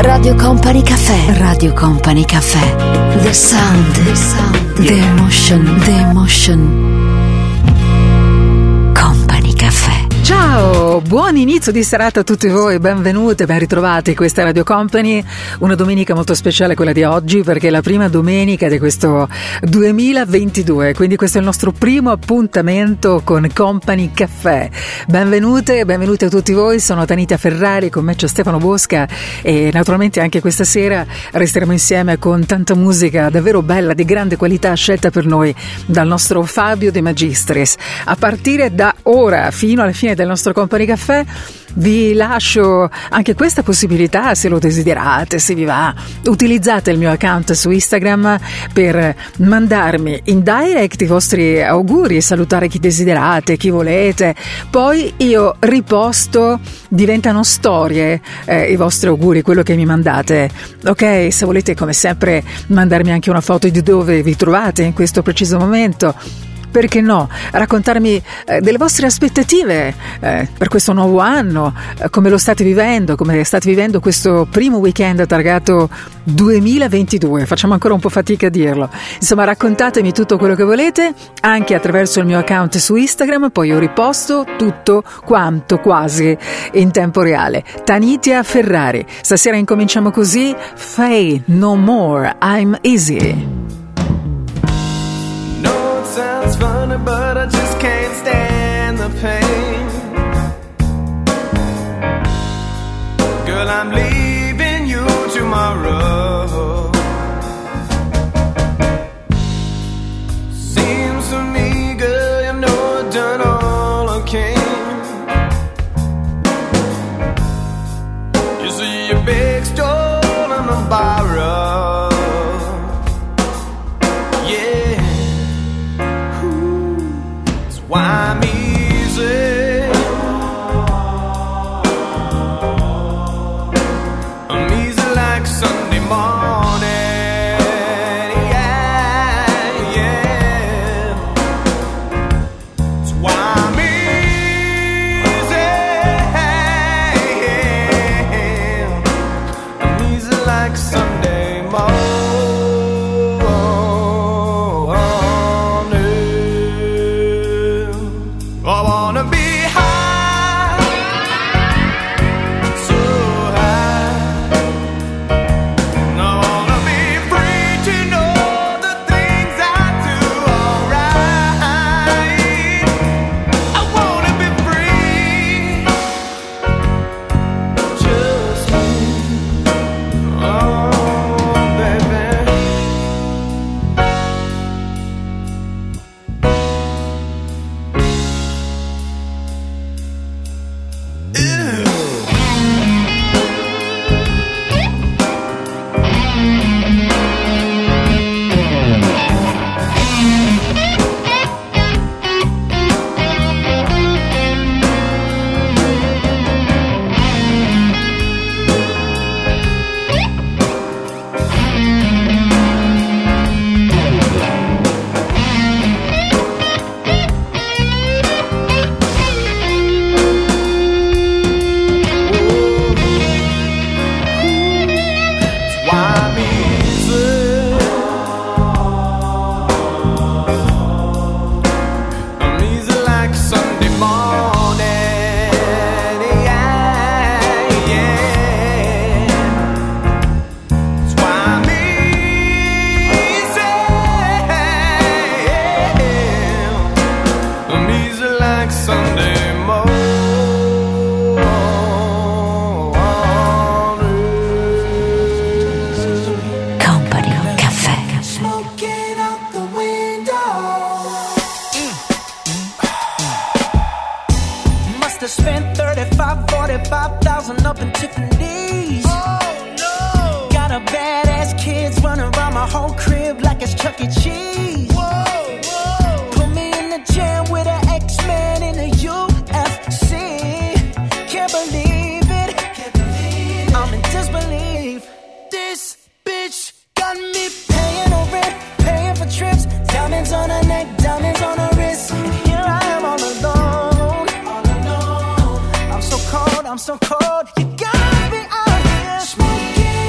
Radio Company Cafè. Radio Company Cafè. The sound. The emotion. The emotion. Company Cafè. Ciao, buon inizio di serata a tutti voi, benvenute, ben ritrovati. Questa è Radio Company, una domenica molto speciale quella di oggi perché è la prima domenica di questo 2022, quindi questo è il nostro primo appuntamento con Company Cafè. Benvenute e benvenuti a tutti voi, sono Tanita Ferrari, con me c'è Stefano Bosca e naturalmente anche questa sera resteremo insieme con tanta musica davvero bella, di grande qualità, scelta per noi dal nostro Fabio De Magistris. A partire da ora fino alla fine del nostro Company Cafè vi lascio anche questa possibilità, se lo desiderate, se vi va, utilizzate il mio account su Instagram per mandarmi in direct i vostri auguri, salutare chi desiderate, chi volete, poi io riposto, diventano storie i vostri auguri, quello che mi mandate, ok? Se volete come sempre mandarmi anche una foto di dove vi trovate in questo preciso momento, perché no, raccontarmi delle vostre aspettative per questo nuovo anno, come lo state vivendo, come state vivendo questo primo weekend targato 2022, facciamo ancora un po' fatica a dirlo, insomma raccontatemi tutto quello che volete anche attraverso il mio account su Instagram, poi io riposto tutto quanto quasi in tempo reale. Tanitia Ferrari, stasera incominciamo così, Faye No More, I'm Easy. Sounds funny, but I just can't stand the pain. Girl, I'm leaving you tomorrow. Seems to me, girl, you know I've done all I can. You see your big stole and a borrow. Why I'm easy, I'm easy like Sunday morning, yeah, yeah. That's why I'm easy, I'm easy like Sunday morning. I wanna be high, so high. I wanna be free to know the things I do alright. I wanna be free, just me, oh baby. Spent 35, 45,000 up in Tiffany's. Oh no! Got a badass kids running around my whole crib like it's Chuck E. Cheese. Whoa, whoa! Put me in the jam with an X-Men in the UFC. Can't believe it. I'm in disbelief. This bitch got me paying her rent, paying for trips, diamonds on her neck, diamonds on her wrist. Here I am all alone. I'm so cold, you gotta be out here smoking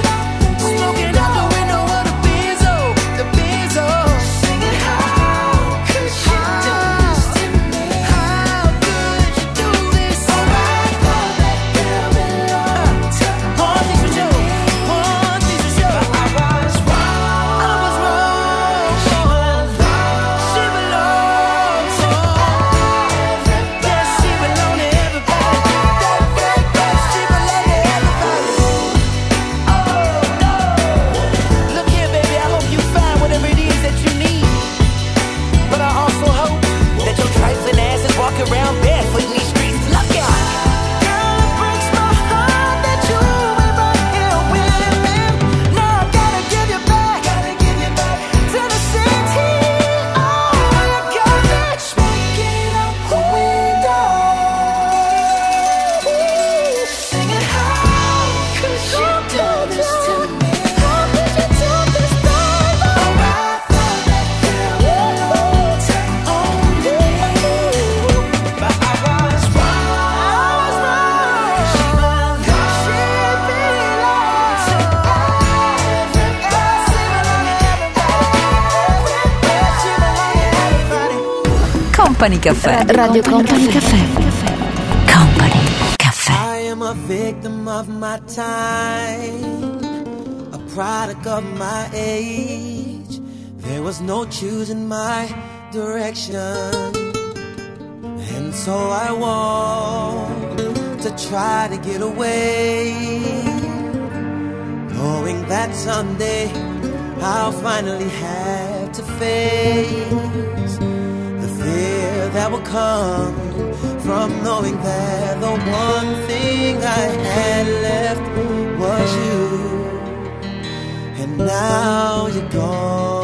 Company Caffè. Radio Company Caffè. Company Caffè. I am a victim of my time, a product of my age. There was no choosing my direction, and so I walked to try to get away, knowing that someday I'll finally have to face the fear that will come from knowing that the one thing I had left was you, and now you're gone.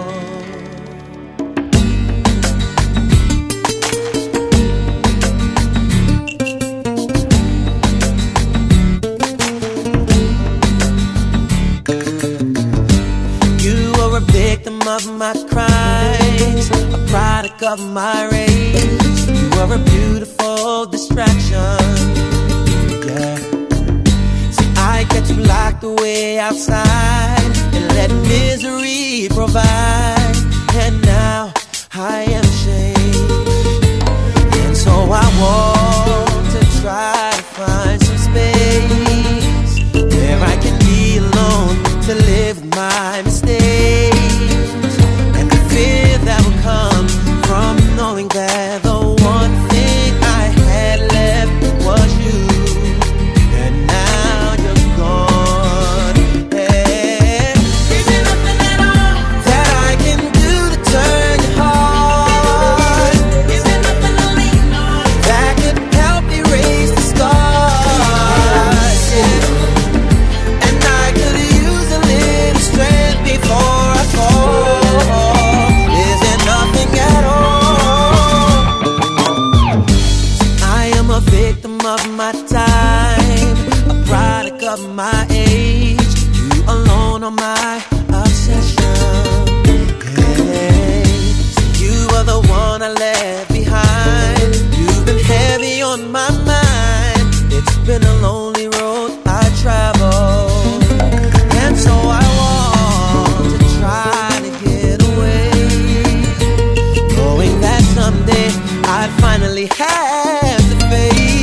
Of my crimes, a product of my rage. You are a beautiful distraction, yeah. See, I get you locked away outside and let misery provide, and now I am ashamed, and so I want to try to find some space where I can be alone to live with my mistakes. Fear that will come from knowing that the one thing I had left was you, and now you're gone. Yeah. Is there nothing at all that I can do to turn your heart? Is there nothing to lean on that could help erase the scars? Yeah. And I could use a little strength before I fall. Of my time, a product of my age. You alone are my obsession. Hey, so you are the one I left behind. You've been heavy on my mind. It's been a lonely road I traveled, and so I want to try to get away, knowing that someday I'd finally have to face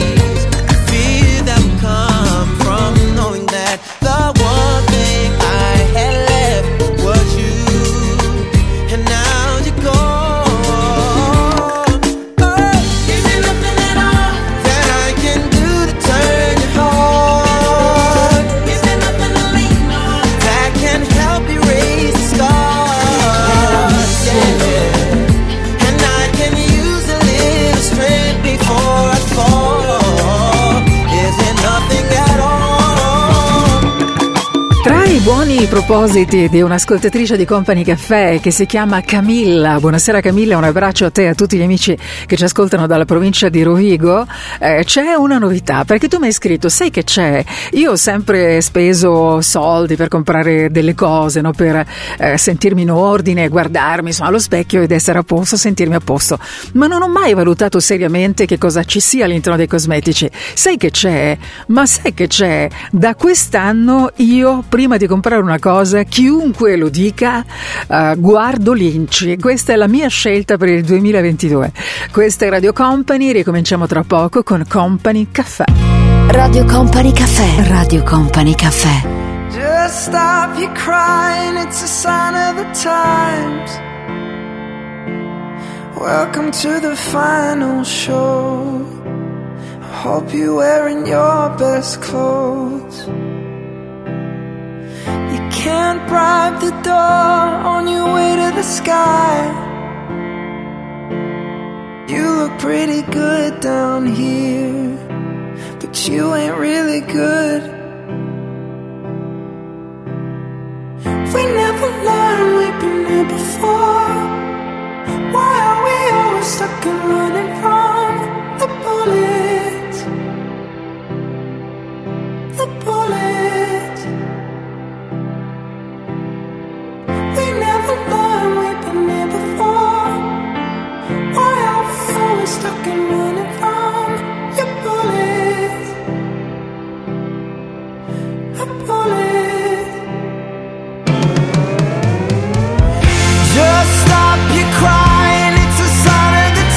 buoni propositi di un'ascoltatrice di Company Caffè che si chiama Camilla. Buonasera Camilla, un abbraccio a te e a tutti gli amici che ci ascoltano dalla provincia di Rovigo. C'è una novità, perché tu mi hai scritto, sai che c'è? Io ho sempre speso soldi per comprare delle cose, no? Per sentirmi in ordine, guardarmi insomma allo specchio ed essere a posto, sentirmi a posto, ma non ho mai valutato seriamente che cosa ci sia all'interno dei cosmetici. Sai che c'è? Ma sai che c'è? Da quest'anno io, prima di comprare una cosa, chiunque lo dica, guardo l'inci. Questa è la mia scelta per il 2022. Questa è Radio Company, ricominciamo tra poco con Company Caffè. Radio Company Caffè. Radio Company Caffè. Just stop your crying, it's a sign of the times. Welcome to the final show. I hope you're wearing your best clothes. You can't bribe the door on your way to the sky. You look pretty good down here, but you ain't really good. We never learned, we've been here before. Why are we always stuck and running from the bullets? The bullets. We never learned, we've been here before. Why are we always stuck and running from your bullets? A bullet. Just stop your crying, it's a sign of the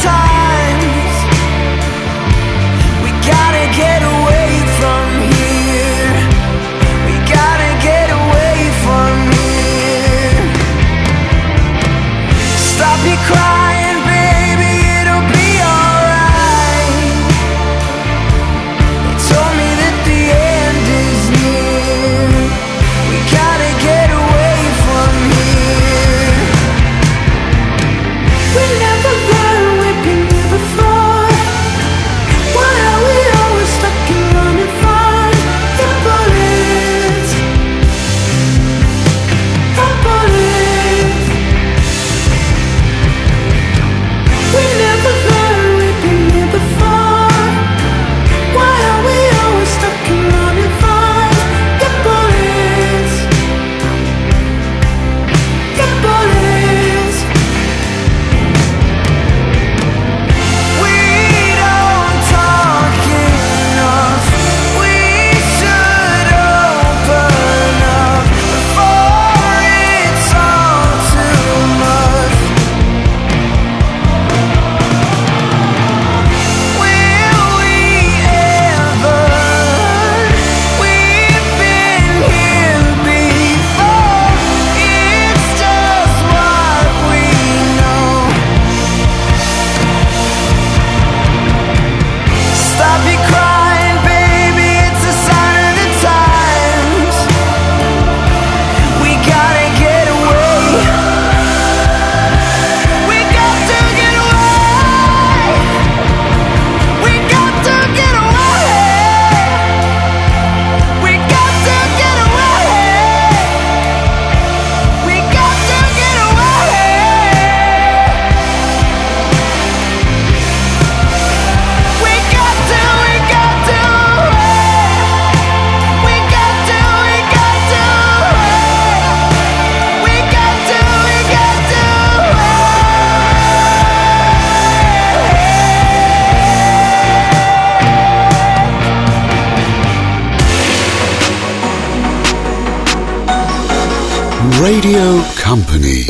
Radio Company.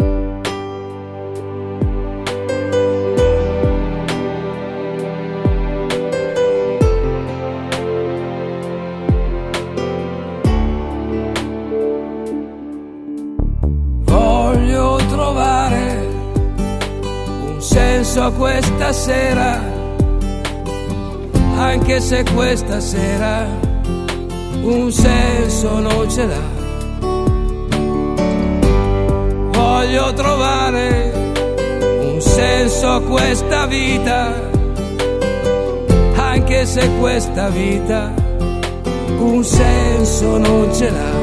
Voglio trovare un senso a questa sera, anche se questa sera un senso non ce l'ha. Voglio trovare un senso a questa vita, anche se questa vita un senso non ce l'ha.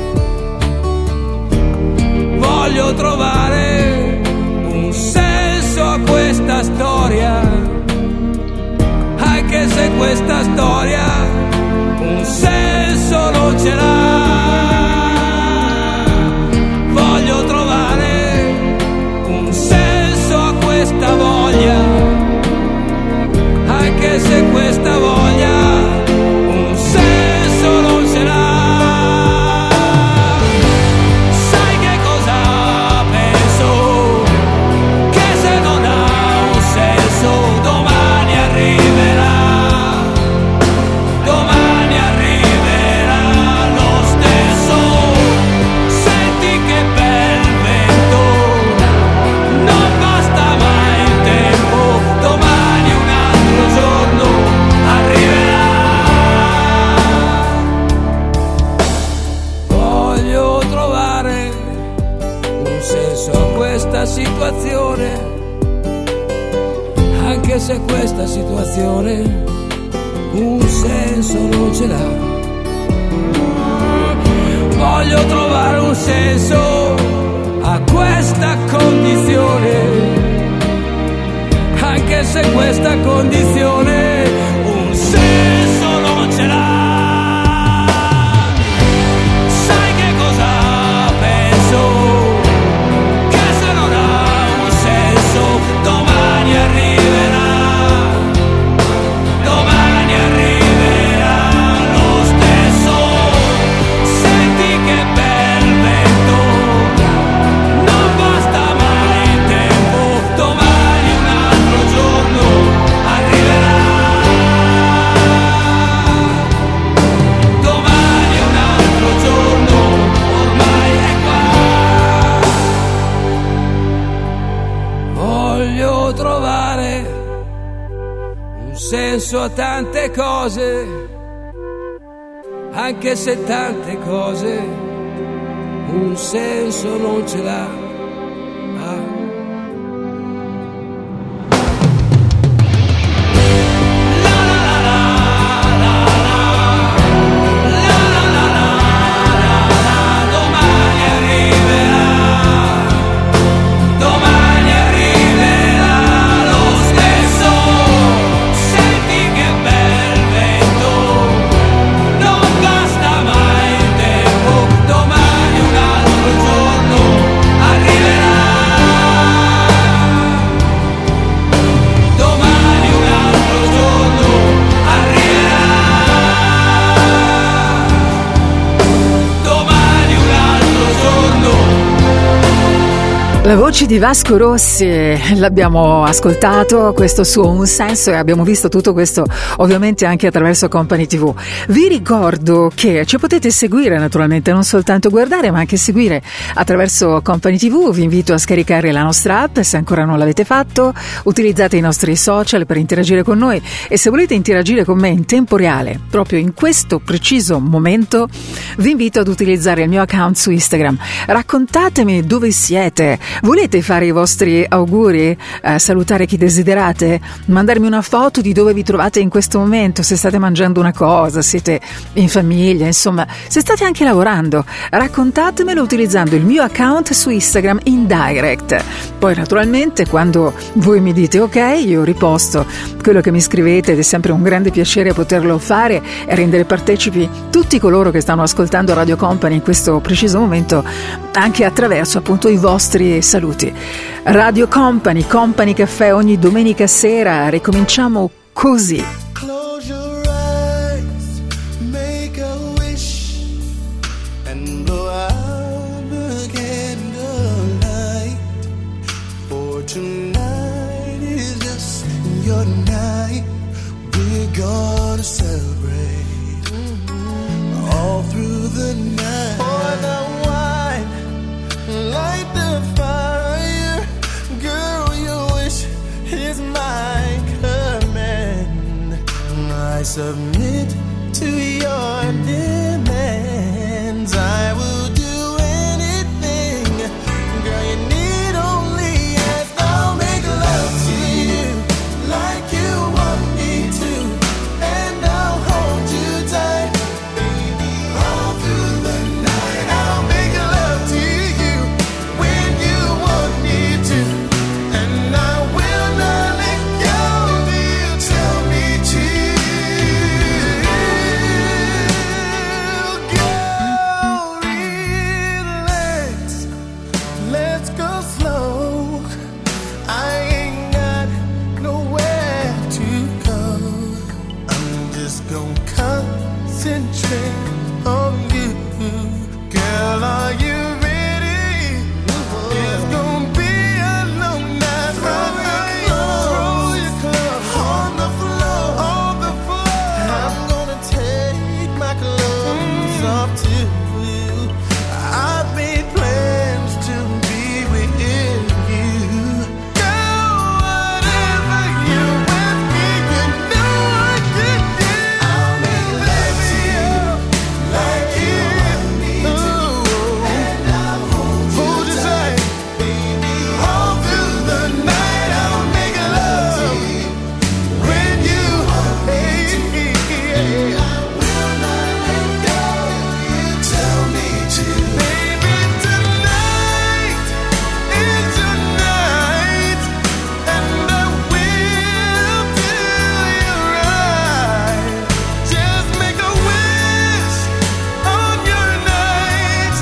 Voglio trovare un senso a questa storia, anche se questa storia un senso non ce l'ha. Voglio trovare un senso a questa voglia, anche se questa voglia un senso non ce l'ha. Sai che cosa penso? Che se non ha un senso domani arriverà. Domani arriverà lo stesso. Senti che bel vento, non basta mai il tempo. Domani un altro giorno arriverà. Voglio trovare un senso a questa situazione, anche se questa situazione un senso non ce l'ha. Voglio trovare un senso a questa condizione, anche se questa condizione un senso non ce l'ha. Sai che cosa penso? Che se non ha un senso domani arriverà. Domani arriverà lo stesso. Senti che bel vento, non basta mai il tempo. Domani un altro giorno arriverà. Domani un altro giorno ormai è qua. Voglio trovare un senso a tante cose, anche se tante cose un senso non ce l'ha. Ah. Domani arriverà. Domani arriverà lo stesso. Senti che bel vento, non basta mai il tempo. Domani un altro giorno arriverà. Domani un altro giorno arriverà. Domani un altro giorno. La voce di Vasco Rossi, l'abbiamo ascoltato, questo suo Un Senso, e abbiamo visto tutto questo ovviamente anche attraverso Company TV. Vi ricordo che ci potete seguire naturalmente, non soltanto guardare ma anche seguire attraverso Company TV. Vi invito a scaricare la nostra app se ancora non l'avete fatto, utilizzate i nostri social per interagire con noi, e se volete interagire con me in tempo reale proprio in questo preciso momento vi invito ad utilizzare il mio account su Instagram. Raccontatemi dove siete. Volete fare i vostri auguri, salutare chi desiderate, mandarmi una foto di dove vi trovate in questo momento, se state mangiando una cosa, siete in famiglia, insomma, se state anche lavorando, raccontatemelo utilizzando il mio account su Instagram in direct. Poi naturalmente quando voi mi dite ok, io riposto quello che mi scrivete, ed è sempre un grande piacere poterlo fare e rendere partecipi tutti coloro che stanno ascoltando Radio Company in questo preciso momento, anche attraverso appunto i vostri saluti. Radio Company, Company Caffè ogni domenica sera, ricominciamo così. Close your eyes, make a wish, and blow out the submit to your demands. I will do anything, girl, you need only ask. I'll make love to you like you want me to, and I'll hold you tight, baby, all through the night. I'll make love to you when you want me to, and I will not let go till you tell me to. Girl, relax, let's go slow. I ain't got nowhere to go. I'm just gonna concentrate on you. Girl, are you ready? It's gonna be a long night. Roll your clothes on the floor, on the floor. I'm gonna take my clothes off too. I've made plans to be with you. Girl, whatever you want me, you know I can do. I'll make love to you like you want me to, and I'll hold you tight, baby, all through the night. I'll make love when you want me to, and I will not let go. You tell me to, baby, tonight is your night, and I will do you right. Just make a wish on your night.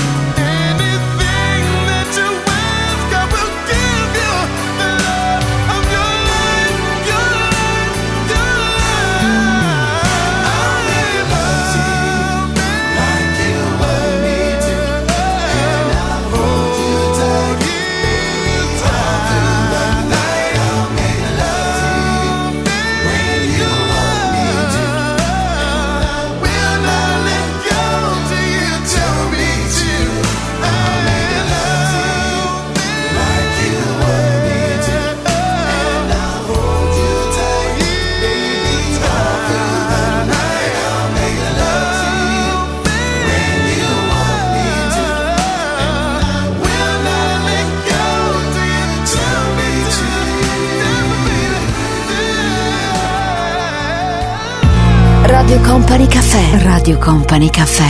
Anything that you ask, I will give you the love of your life, your life, your life. I'll make love to you like you want me to, and I'll hold you tight, all through the night. I'll make love when you want me to, and I will not let go till you tell me to. I'll make love like you want me to, and I'll hold you tight, baby, all through the night. I'll make love to you when you want me to, and I will not let go till you tell me to. Radio Company Cafè. Radio Company Cafè.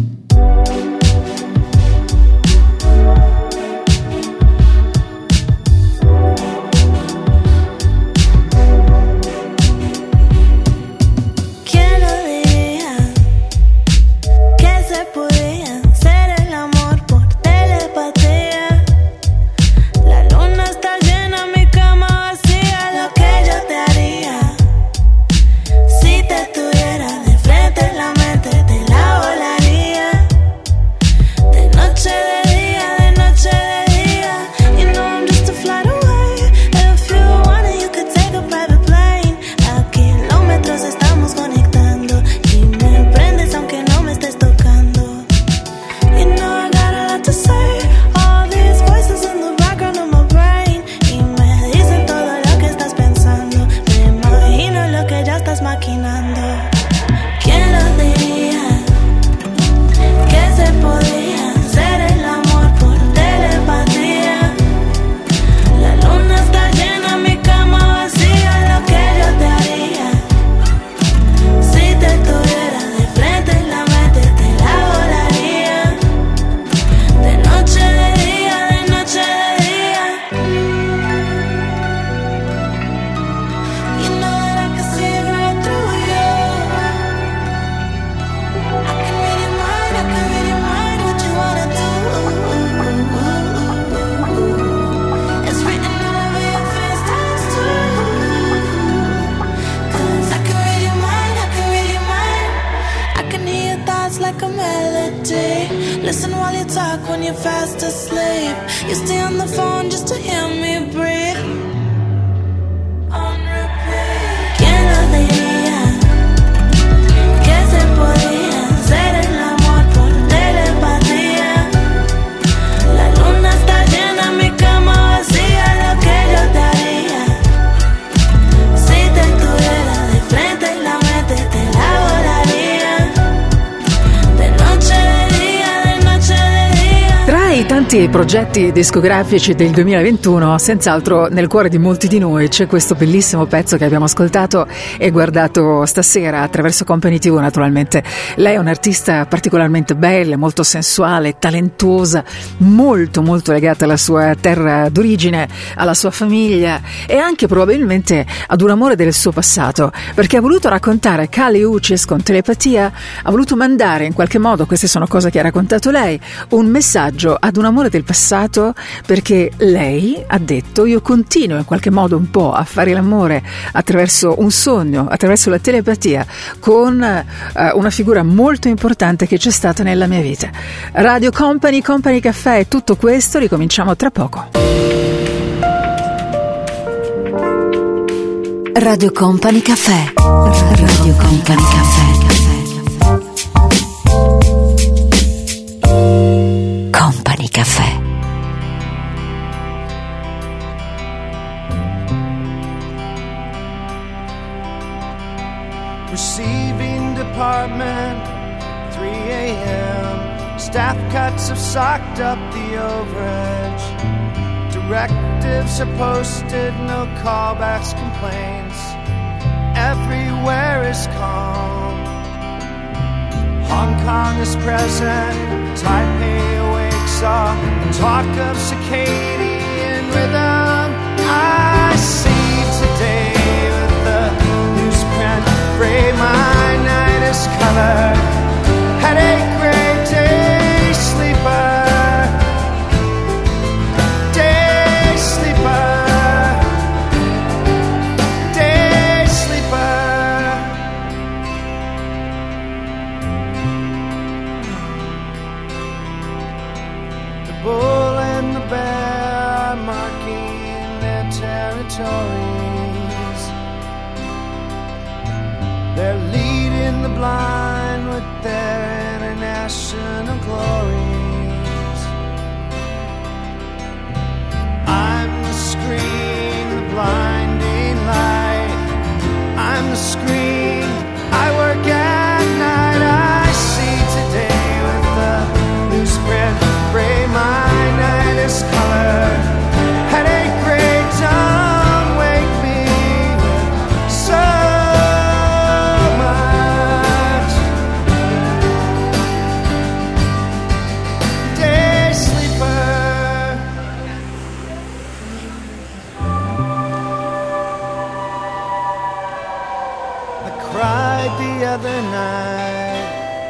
¿Quién lo diría que se podía hacer el amor por telepatía? La luna está llena, mi cama vacía, lo que yo te haría si te tuviera de frente en la mente, te la volaría. De noche, de día, de noche, de día. You know I'm just a flight away. If you want it, you could take a private plane. A kilómetros estamos conectando y me prendes aunque no me estés tocando. You know I got a lot to say. All these voices in the background of my brain y me dicen todo lo que estás pensando. Me imagino lo que ya estás maquinando. ¿Quién lo diría que se podía hacer el amor por telepatía? La luna está llena, mi cama vacía, lo que yo te haría si te tuviera de frente en la mente, te la volaría. De noche, de día, de noche, de día. You know that I can see right through you. I can read your mind, I can read your mind, what you wanna do. It's written all over your face, times two. 'Cause I can read your mind, I can read your mind. I can hear your thoughts like a melody. Listen while you talk when you're fast asleep. You stay on the phone just to hear me breathe. On repeat. ¿Quién lo diría que se podía hacer el amor por telepatía? La luna está llena, mi cama vacía, lo que yo te haría si te tuviera de frente en la mente, tanti progetti discografici del 2021, senz'altro nel cuore di molti di noi c'è questo bellissimo pezzo che abbiamo ascoltato e guardato stasera attraverso Company TV. Naturalmente lei è un'artista particolarmente bella, molto sensuale, talentuosa, molto molto legata alla sua terra d'origine, alla sua famiglia e anche probabilmente ad un amore del suo passato, perché ha voluto raccontare Kali Uchis con telepatia, ha voluto mandare in qualche modo, queste sono cose che ha raccontato lei, un messaggio ad un amore del passato, perché lei ha detto: io continuo in qualche modo un po' a fare l'amore attraverso un sogno, attraverso la telepatia con una figura molto importante che c'è stata nella mia vita. Radio Company, Company Caffè e tutto questo, ricominciamo tra poco. Radio Company Caffè. Radio Company Caffè. Company Caffè. Receiving department, 3 a.m. Staff cuts have socked up the overage. Directives are posted, no callbacks, complaints. Everywhere is calm. Hong Kong is present, Taipei awakes all talk of circadian rhythm. I see today with the newsprint, gray my night is color. Headache, gray day sleeper. Day sleeper. Day sleeper. The bull and the bear are marking their territories. They're leading the blind with their international glories. I'm the screen, the blinding light. I'm the screen, I work at night. I see today with the newsprint, gray my night is color. Headache, gray, don't wake me with so much. Day sleeper. I cried the other night.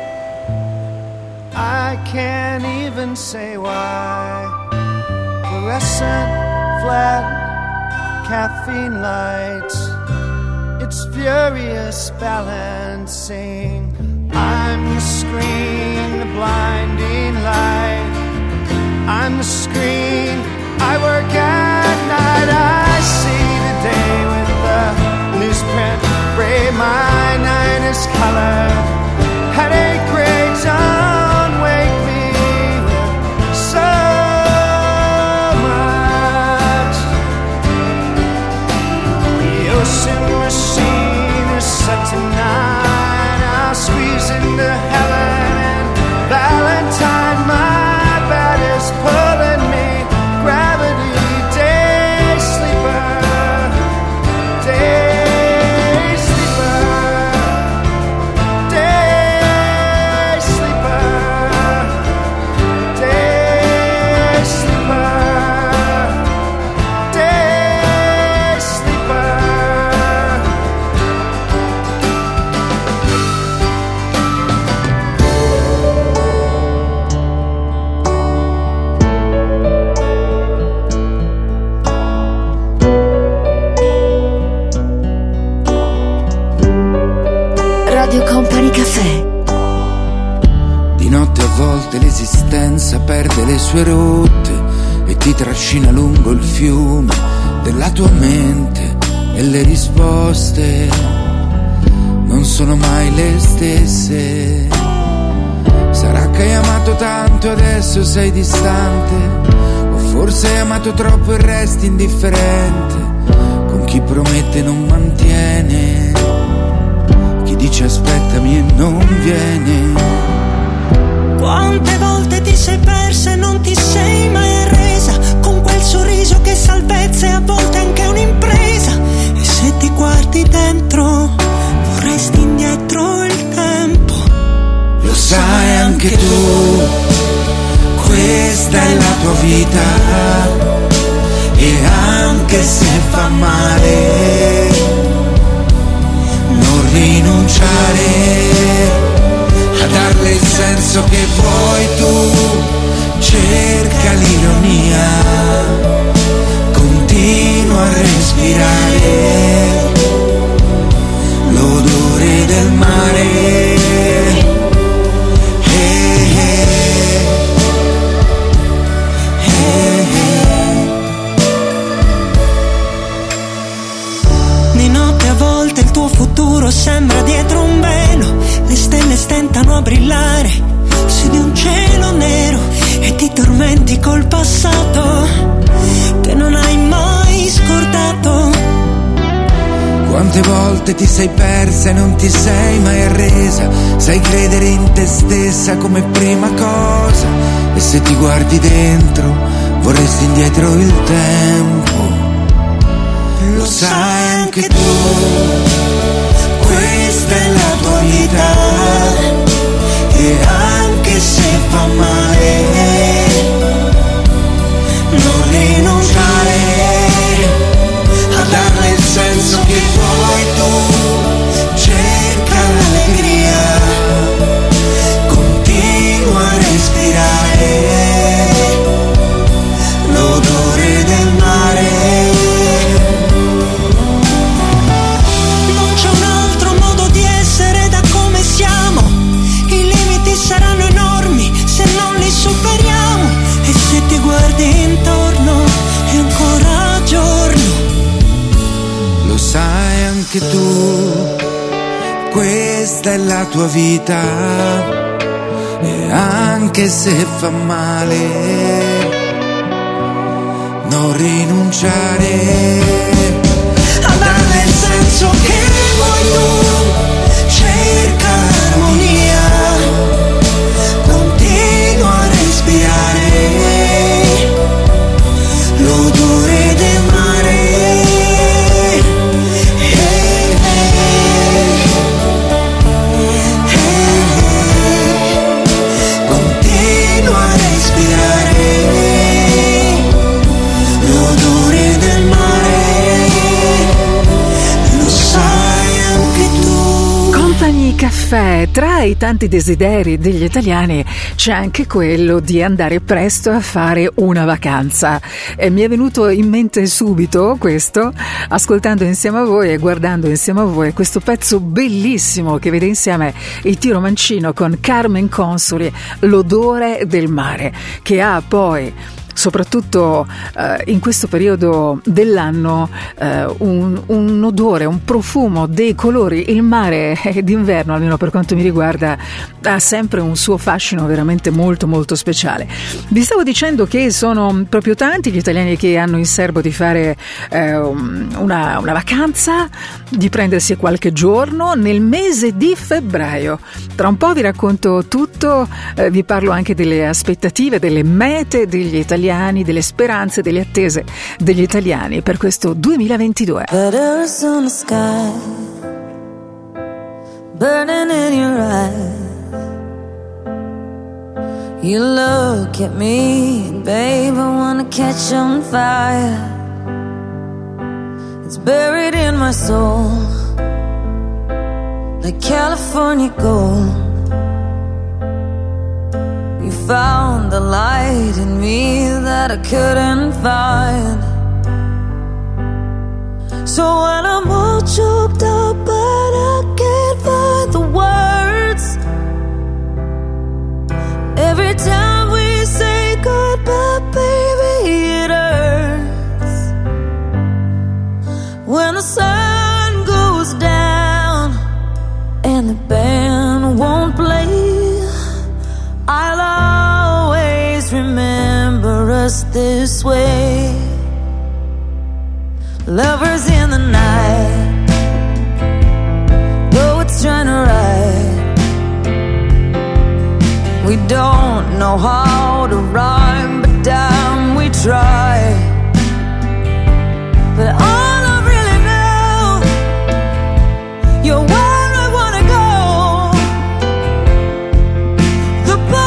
I can't even say why. Fluorescent, flat, caffeine lights. It's furious balancing. I'm the screen, the blinding light. I'm the screen, I work at night. I see the day with the newsprint, gray my night is color. Headache, gray, don't wake me with so much. The ocean machine is set tonight. I'll squeeze into Helen and Valentine. My bed is pulling me. Gravity, day sleeper. Day sleeper. Day sleeper. Day sleeper. Day sleeper. Radio Company Caffè. Di notte a volte l'esistenza perde le sue rotte e ti trascina lungo il fiume della tua mente e le risposte non sono mai le stesse. Sarà che hai amato tanto e adesso sei distante, o forse hai amato troppo e resti indifferente. Con chi promette non mantiene, chi dice aspettami e non viene. Quante volte ti sei persa e non ti sei anche tu, questa è la tua vita, e anche se fa male, non rinunciare a darle il senso che vuoi tu, cerca l'ironia, continua a respirare l'odore del mare. Di notte a volte il tuo futuro sembra dietro un velo, le stelle stentano a brillare su di un cielo nero e ti tormenti col passato che non hai mai scordato. Quante volte ti sei persa e non ti sei mai arresa, sai credere in te stessa come prima cosa, e se ti guardi dentro vorresti indietro il tempo. Lo sai anche tu, questa è la tua vita, e anche se fa male, non rinunciare a darle il senso che vuoi tu, cerca l'allegria, continua a respirare l'odore del mare. Non c'è un altro modo di essere da come siamo, i limiti saranno enormi se non li superiamo, e se ti guardi intorno è ancora giorno. Lo sai anche tu, questa è la tua vita, e anche se fa male, non rinunciare A darle il senso che vuoi tu, cerca l'armonia, continua a respirare l'odore del mare. Continua a respirare l'odore del mare, lo sai anche tu. Company Caffè, tra i tanti desideri degli italiani c'è anche quello di andare presto a fare una vacanza, e mi è venuto in mente subito questo, ascoltando insieme a voi e guardando insieme a voi questo pezzo bellissimo che vede insieme il Tiro Mancino con Carmen Consoli, L'odore del mare, che ha poi soprattutto in questo periodo dell'anno un odore, un profumo, dei colori. Il mare d'inverno, almeno per quanto mi riguarda, ha sempre un suo fascino veramente molto molto speciale. Vi stavo dicendo che sono proprio tanti gli italiani che hanno in serbo di fare una vacanza, di prendersi qualche giorno nel mese di febbraio. Tra un po' vi racconto tutto, vi parlo anche delle aspettative, delle mete degli italiani, delle speranze, delle attese degli italiani per questo 2022. Letters on the sky, burning in your eyes. You look at me, babe, I wanna catch on fire. It's buried in my soul, like California gold. You found the light in me that I couldn't find. So when I'm all choked up but I can't find the words, every time we say goodbye, baby, it hurts. When the sun goes down and the band won't play, I'll always remember us this way. Lovers in the night, though it's trying to ride. We don't know how to rhyme, but damn, we try. But all I really know, you're where I wanna go. The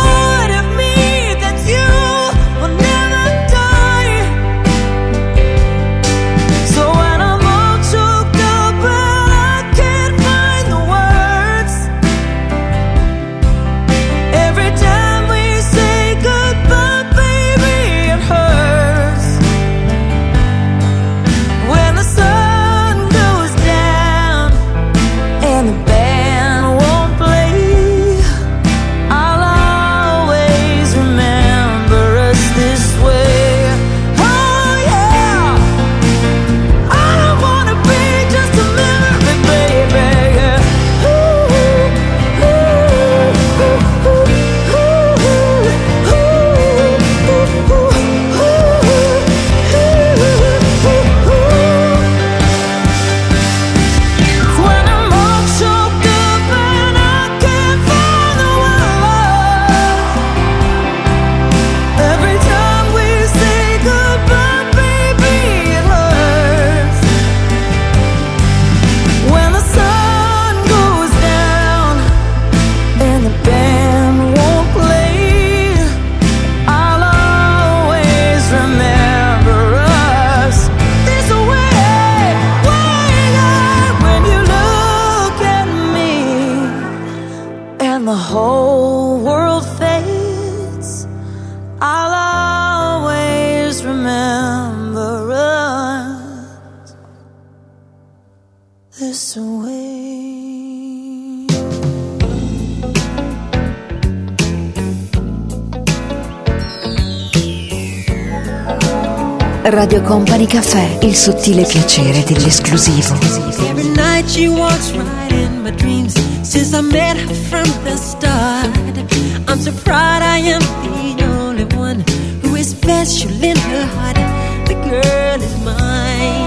Radio Company Cafè, il sottile piacere dell'esclusivo. Every night she walks right in my dreams. Since I met her from the start, I'm so proud I am the only one who is special in her heart. The girl is mine.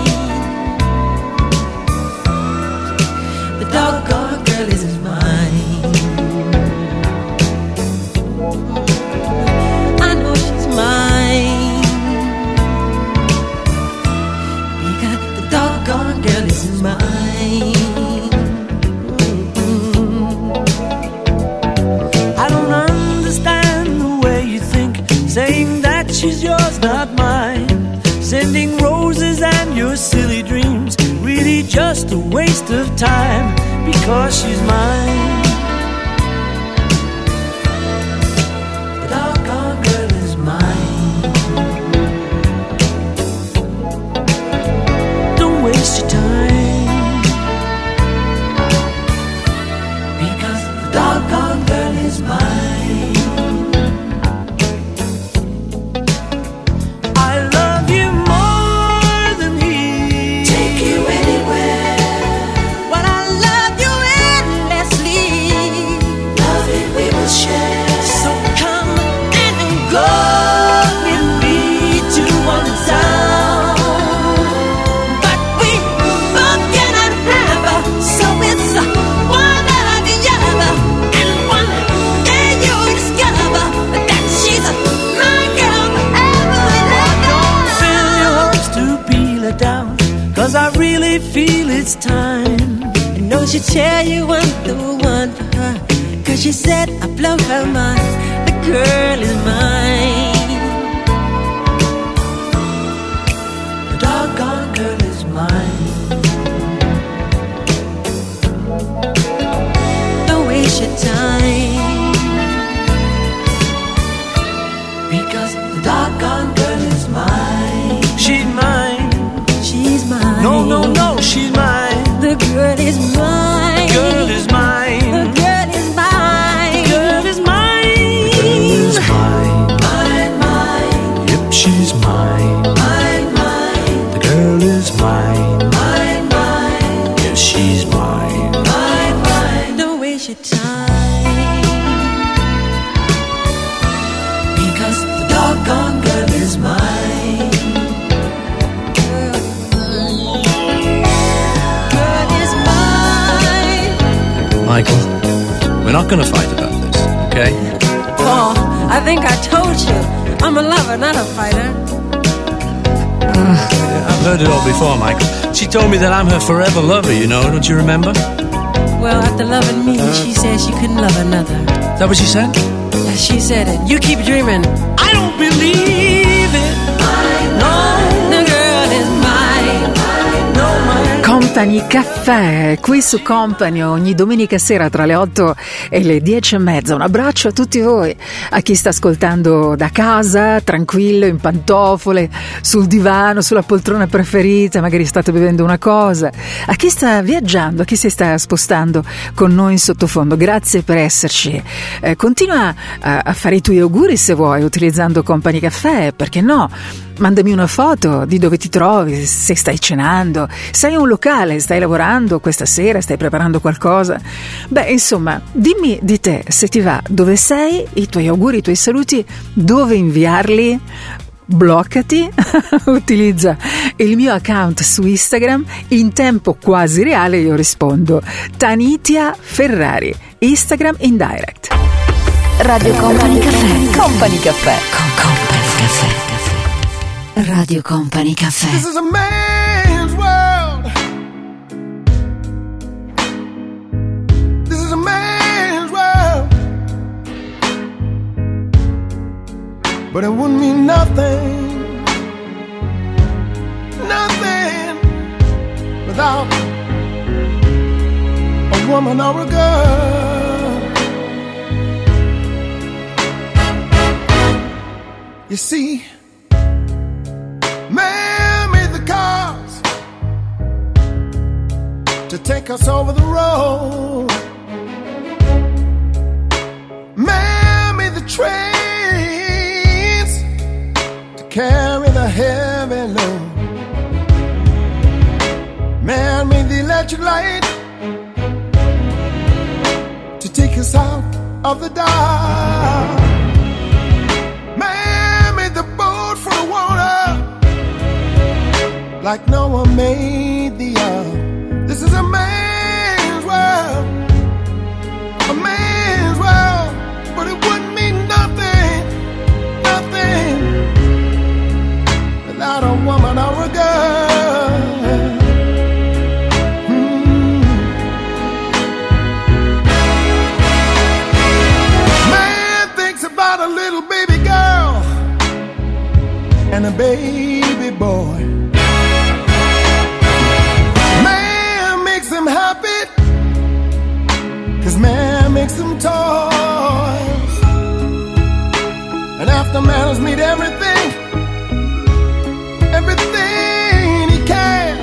The doggone girl is mine. I know she's mine, because the doggone girl is mine. I don't understand the way you think, saying that she's yours, not mine. Sending roses and your silly dreams, really just a waste of time, because she's mine. The doggone girl is mine. Don't waste your time, because the doggone girl is mine. Cause I really feel it's time. I know she'll tell you I'm the one for her, cause she said I blow her mind. The girl is mine. The doggone girl is mine. Don't waste your time, because the doggone girl is mine. She's mine. She's mine. No, no, no, she's mine. The girl is mine. Girl is mine. The girl is mine. Girl is mine. Girl is mine. Mine, mine. Yep, she's mine. Mine, mine. The girl is mine. Mine, mine. Yes, she's mine. Mine, mine. Don't waste your time, because the doggone girl is mine. Michael, we're not going to fight about this, okay? Paul, I think I told you. I'm a lover, not a fighter. I've heard it all before, Michael. She told me that I'm her forever lover, you know, don't you remember? Well, after loving me, she said she couldn't love another. Is that what she said? Yes, she said it. You keep dreaming. I don't believe it. No, the girl is mine. No, mine. Company Cafè, qui su Company ogni domenica sera tra le 8 e le 10:30. Un abbraccio a tutti voi, a chi sta ascoltando da casa, tranquillo, in pantofole, sul divano, sulla poltrona preferita, magari state bevendo una cosa, a chi sta viaggiando, a chi si sta spostando con noi in sottofondo. Grazie per esserci. Continua a fare i tuoi auguri se vuoi, utilizzando Company Cafè, perché no? Mandami una foto di dove ti trovi, se stai cenando, sei in un locale, stai lavorando questa sera, stai preparando qualcosa. Beh, insomma, dimmi di te, se ti va, dove sei, i tuoi auguri, i tuoi saluti, dove inviarli. Bloccati, utilizza il mio account su Instagram, in tempo quasi reale io rispondo. Tanitia Ferrari, Instagram in direct. Radio Company Cafè. Company Cafè. Company Cafè. Radio Company Cafè. This is a man's world. This is a man's world. But it wouldn't mean nothing, nothing without a woman or a girl. You see, man made the cars to take us over the road. Man made the trains to carry the heavy electric light to take us out of the dark. Man made the boat for the water like no one made the earth. This is a man's world, a man's world, but it wouldn't mean nothing, nothing without a woman or a girl. Man thinks about a little baby girl and a baby boy. Man makes them happy, 'cause man makes them toys. And after man has made everything, everything he can,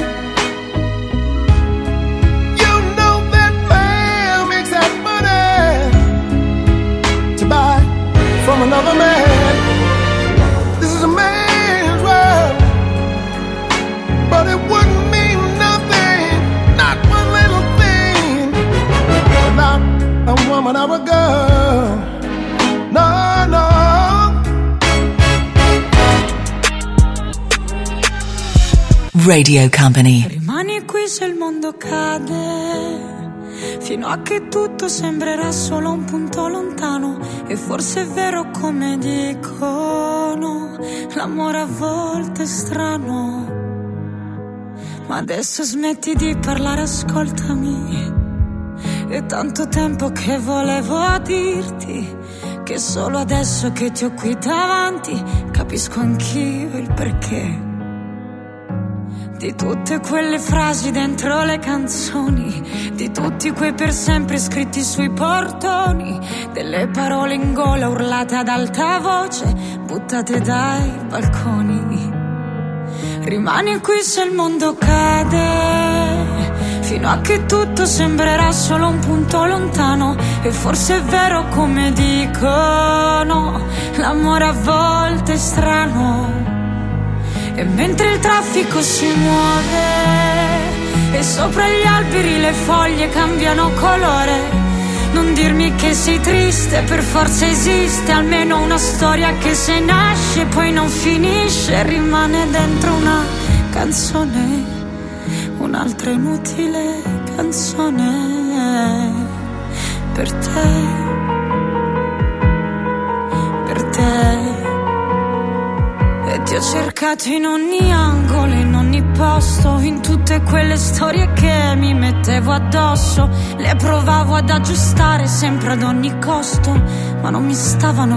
you know that man makes that money to buy from another man. This is a man's world, but it wouldn't mean nothing, not one little thing, without a woman or a girl. No, no. Radio Company. Rimani qui se il mondo cade, fino a che tutto sembrerà solo un punto lontano. E forse è vero come dicono, l'amore a volte è strano. Ma adesso smetti di parlare, ascoltami. È tanto tempo che volevo dirti che solo adesso che ti ho qui davanti capisco anch'io il perché di tutte quelle frasi dentro le canzoni, di tutti quei per sempre scritti sui portoni, delle parole in gola urlate ad alta voce, buttate dai balconi. Rimani qui se il mondo cade, fino a che tutto sembrerà solo un punto lontano. E forse è vero come dicono, l'amore a volte è strano. E mentre il traffico si muove e sopra gli alberi le foglie cambiano colore, non dirmi che sei triste, per forza esiste almeno una storia che se nasce poi non finisce, rimane dentro una canzone, un'altra inutile canzone per te, per te. E ti ho cercato in ogni angolo, in ogni posto, in tutte quelle storie che mi mettevo addosso. Le provavo ad aggiustare sempre ad ogni costo, ma non mi stavano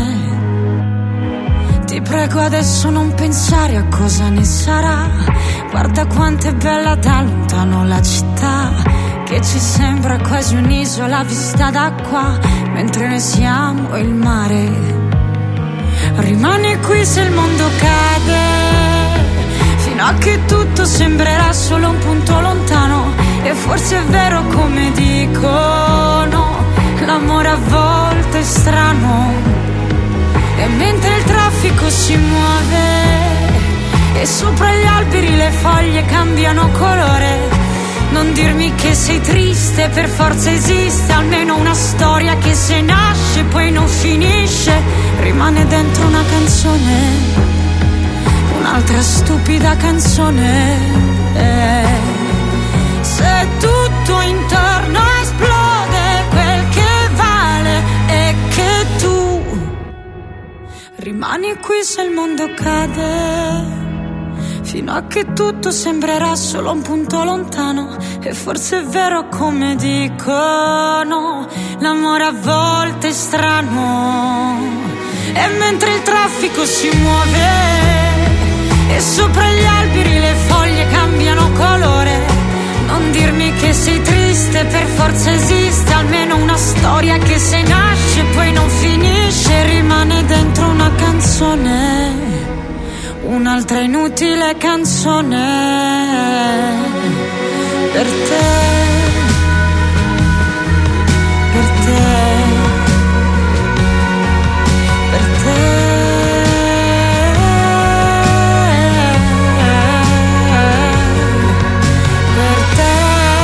bene. Ti prego adesso non pensare a cosa ne sarà. Guarda quanto è bella da lontano la città, che ci sembra quasi un'isola vista da qua, mentre noi siamo il mare. Rimani qui se il mondo cade, fino a che tutto sembrerà solo un punto lontano. E forse è vero come dicono, l'amore a volte è strano. E mentre il traffico si muove e sopra gli alberi le foglie cambiano colore, non dirmi che sei triste, per forza esiste almeno una storia che se nasce poi non finisce, rimane dentro una canzone, un'altra stupida canzone. Se tutto intorno esplode, quel che vale è che tu rimani qui se il mondo cade, fino a che tutto sembrerà solo un punto lontano. E forse è vero come dicono, l'amore a volte è strano. E mentre il traffico si muove e sopra gli alberi le foglie cambiano colore, non dirmi che sei triste, per forza esiste almeno una storia che se nasce poi non finisce, rimane dentro una canzone, un'altra inutile canzone per te, per te, per te. Per te.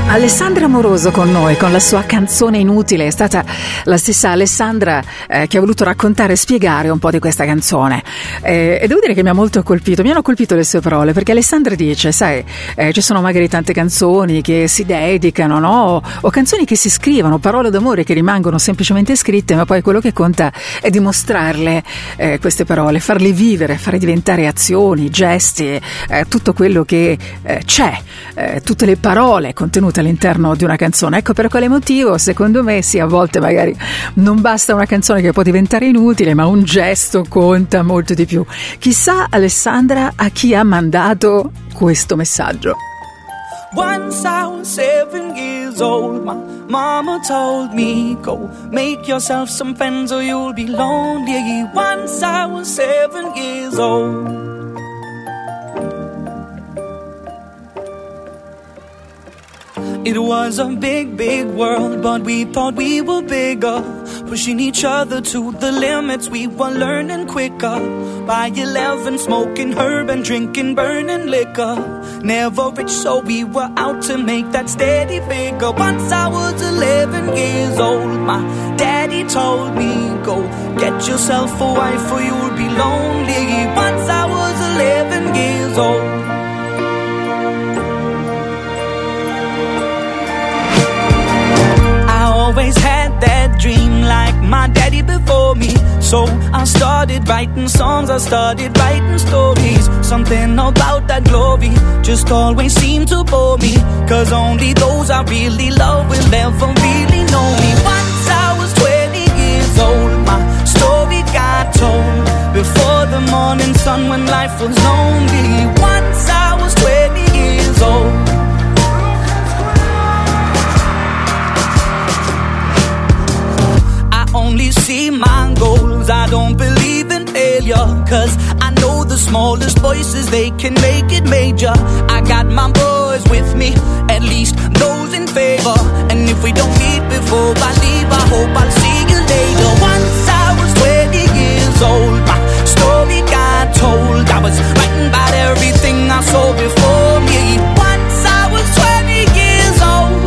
Alessandra Amoroso con noi, con la sua canzone Inutile. È stata la stessa Alessandra che ha voluto raccontare e spiegare un po' di questa canzone. E devo dire che mi ha molto colpito, mi hanno colpito le sue parole, perché Alessandra dice, sai, ci sono magari tante canzoni che si dedicano, no? O canzoni che si scrivono, parole d'amore che rimangono semplicemente scritte, ma poi quello che conta è dimostrarle queste parole, farle vivere, fare diventare azioni, gesti, tutto quello che c'è, tutte le parole contenute all'interno di una canzone. Ecco per quale motivo, secondo me, sì, a volte magari non basta una canzone che può diventare inutile, ma un gesto conta molto di più. Chissà, Alessandra, a chi ha mandato questo messaggio. Once I was 7 years old, my mama told me, go make yourself some friends or you'll be lonely. Once I was 7 years old. It was a big, big world, but we thought we were bigger, pushing each other to the limits. We were learning quicker. By 11, smoking herb and drinking burning liquor. Never rich, so we were out to make that steady figure. Once I was 11 years old, my daddy told me, go get yourself a wife or you'll be lonely. Once I was 11 years old. Always had that dream like my daddy before me. So I started writing songs, I started writing stories. Something about that glory just always seemed to bore me, 'cause only those I really love will ever really know me. Once I was 20 years old, my story got told before the morning sun when life was lonely. Once I was 20 years old. Only see my goals, I don't believe in failure, 'cause I know the smallest voices, they can make it major. I got my boys with me, at least those in favor. And if we don't meet before I leave, I hope I'll see you later. Once I was 20 years old, my story got told. I was writing about everything I saw before me. Once I was 20 years old.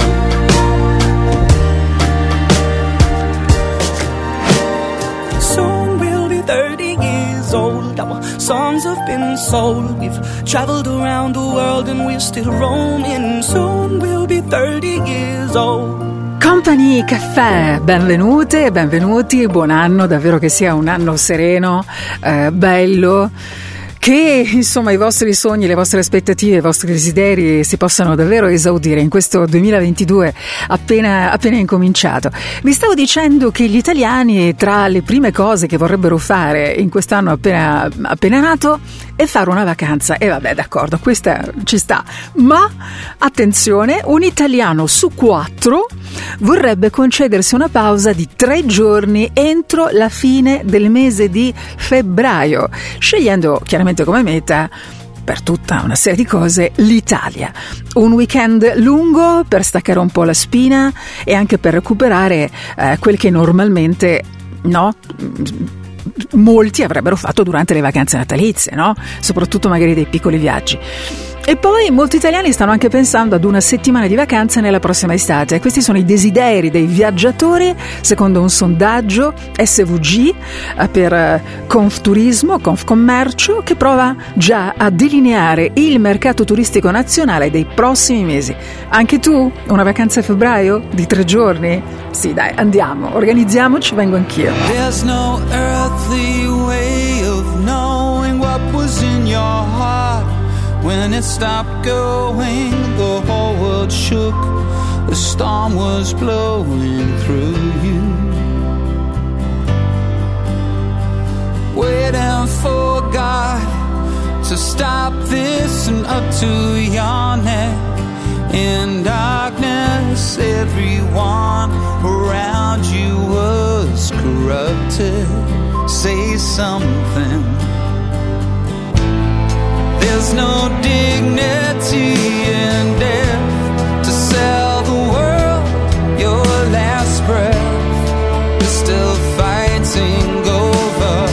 Our songs have been sold. We've traveled around the world and we're still roaming. Soon we'll be 30 years old. Company Caffè, benvenute e benvenuti, buon anno, davvero che sia un anno sereno, bello, che insomma i vostri sogni, le vostre aspettative, i vostri desideri si possano davvero esaudire in questo 2022 appena incominciato. Vi stavo dicendo che gli italiani, tra le prime cose che vorrebbero fare in quest'anno appena nato, è fare una vacanza. E vabbè, d'accordo, questa ci sta, ma attenzione, un italiano su 4 vorrebbe concedersi una pausa di 3 giorni entro la fine del mese di febbraio, scegliendo chiaramente come meta, per tutta una serie di cose, l'Italia. Un weekend lungo per staccare un po' la spina e anche per recuperare quel che normalmente, no, molti avrebbero fatto durante le vacanze natalizie, no? Soprattutto magari dei piccoli viaggi. E poi molti italiani stanno anche pensando ad una settimana di vacanze nella prossima estate. Questi sono i desideri dei viaggiatori, secondo un sondaggio SVG per Confturismo, Confcommercio, che prova già a delineare il mercato turistico nazionale dei prossimi mesi. Anche tu? Una vacanza a febbraio? Di 3 giorni? Sì, dai, andiamo, organizziamoci, vengo anch'io. There's no earthly way of knowing what was in your heart. When it stopped going, the whole world shook. The storm was blowing through you. Waiting for God to stop this and up to your neck. In darkness, everyone around you was corrupted. Say something. There's no dignity in death to sell the world your last breath. We're still fighting over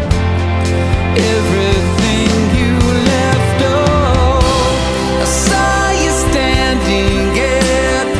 everything you left. Oh, I saw you standing at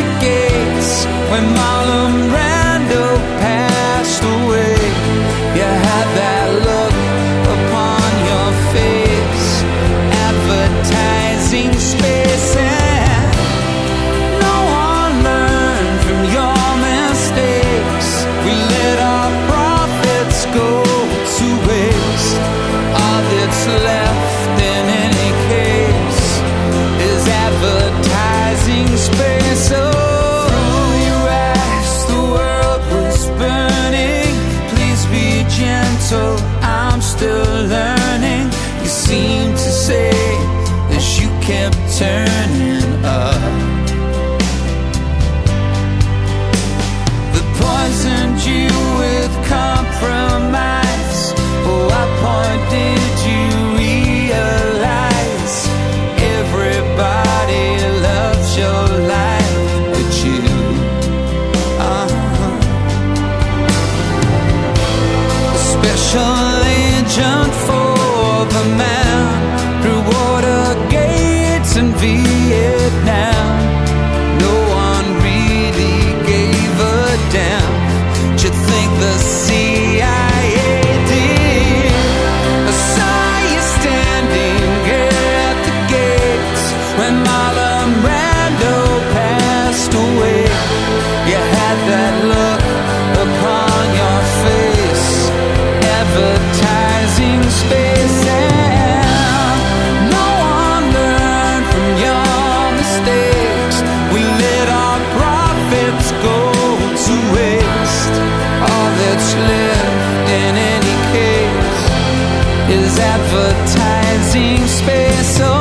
that's left in any case is advertising space. Oh, you asked, the world was burning. Please be gentle, I'm still learning. You seem to say as you kept turning up. They poisoned you with compromise. Oh, what point did you realize? Everybody loves your life but you. A special agent for the man through water gates in Vietnam. No one really gave a damn. Do you think the CIA did? I saw you standing at the gates when Marlon Brando passed away. You had that look upon your face, advertising space, and no one learned from your mistakes. We let our profits go to waste. All that's left in any case is advertising space. Oh.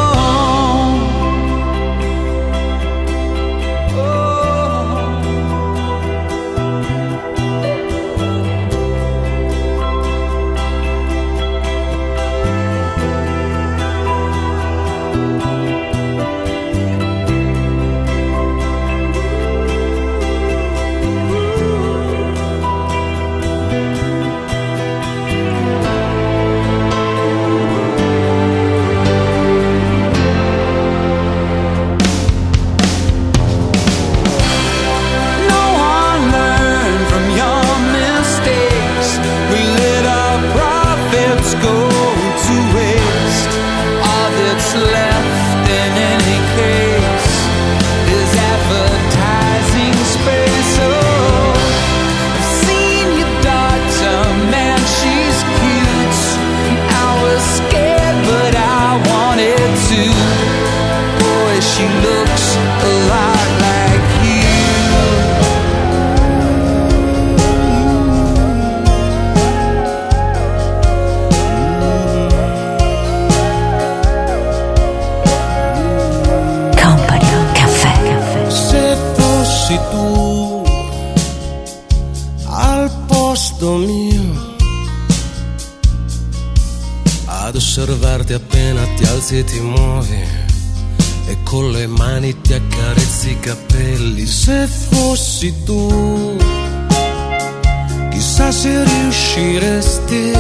Osservarti appena ti alzi e ti muovi e con le mani ti accarezzi i capelli. Se fossi tu, chissà se riusciresti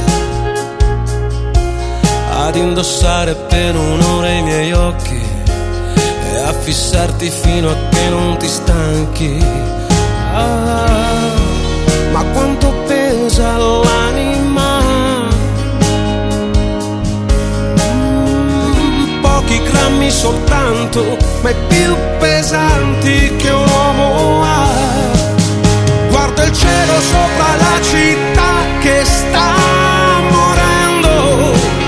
ad indossare per un'ora i miei occhi e a fissarti fino a che non ti stanchi. Ma quanto pesa l'anima, pochi grammi soltanto, ma i più pesanti che un uomo ha. Guardo il cielo sopra la città che sta morendo,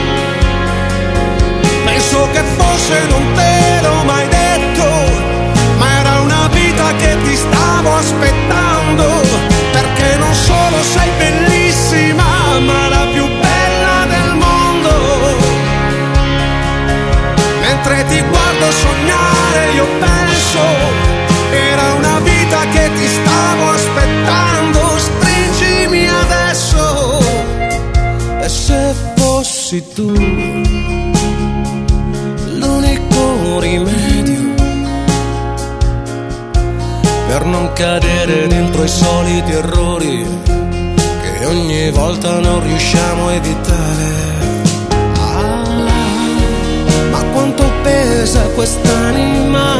penso che forse non te l'ho mai detto, ma era una vita che ti stavo aspettando, perché non solo sei bellissima, ma la più bella del mondo. Mentre ti guardo sognare io penso, era una vita che ti stavo aspettando, stringimi adesso. E se fossi tu l'unico rimedio per non cadere dentro i soliti errori che ogni volta non riusciamo a evitare. Ma quanto pesa quest'anima,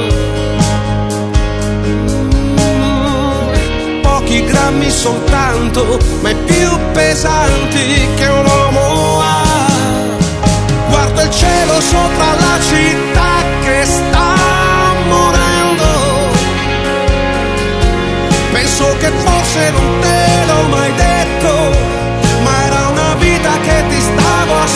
pochi grammi soltanto, ma i più pesanti che un uomo ha. Guardo il cielo sopra la città che sta morendo, penso che forse non te l'ho mai detto, ma era una vita che ti stavo aspettando,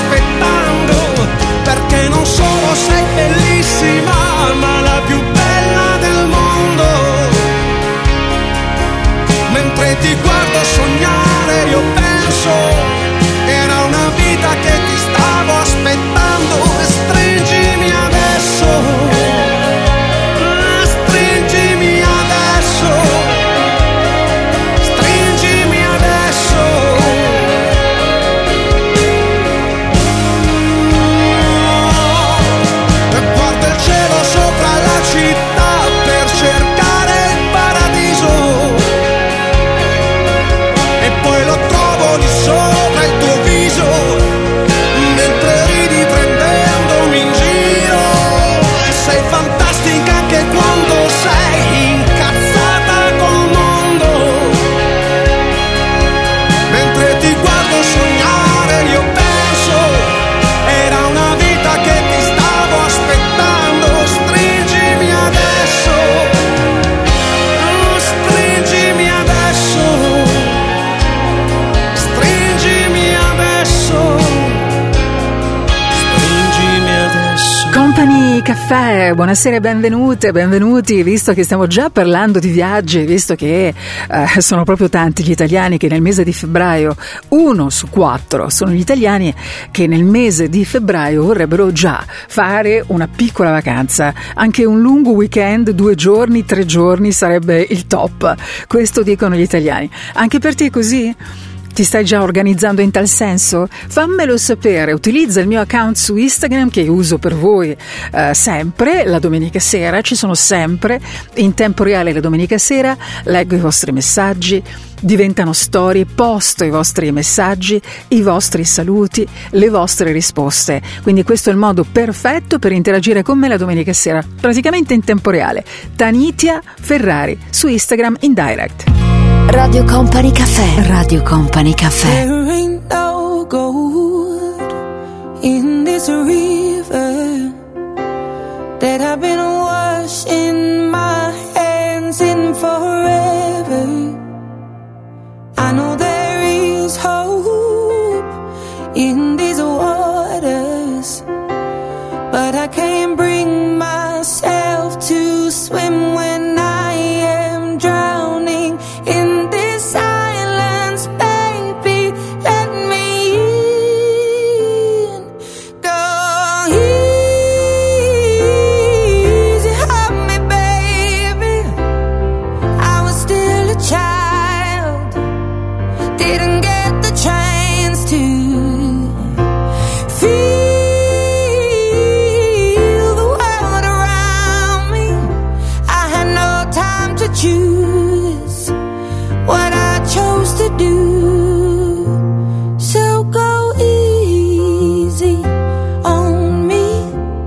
Company Caffè, buonasera e benvenute, benvenuti, visto che stiamo già parlando di viaggi, visto che sono proprio tanti gli italiani che nel mese di febbraio, 1 su 4 sono gli italiani che nel mese di febbraio vorrebbero già fare una piccola vacanza, anche un lungo weekend, 2 giorni, 3 giorni sarebbe il top, questo dicono gli italiani. Anche per te è così? Ti stai già organizzando in tal senso? Fammelo sapere, utilizza il mio account su Instagram che uso per voi sempre, la domenica sera, ci sono sempre, in tempo reale la domenica sera, leggo i vostri messaggi, diventano storie, posto i vostri messaggi, i vostri saluti, le vostre risposte, quindi questo è il modo perfetto per interagire con me la domenica sera, praticamente in tempo reale. Tanitia Ferrari su Instagram in direct. Radio Company Caffè. Radio Company Caffè. There ain't no gold in this river that I've been washing my hands in forever. I know there is hope in these waters, but I can't bring myself to swim when I am drowning in this silence, baby, let me in. Go easy on me, baby. I was still a child, didn't get the chance to feel the world around me. I had no time to choose what I chose to do, so go easy on me.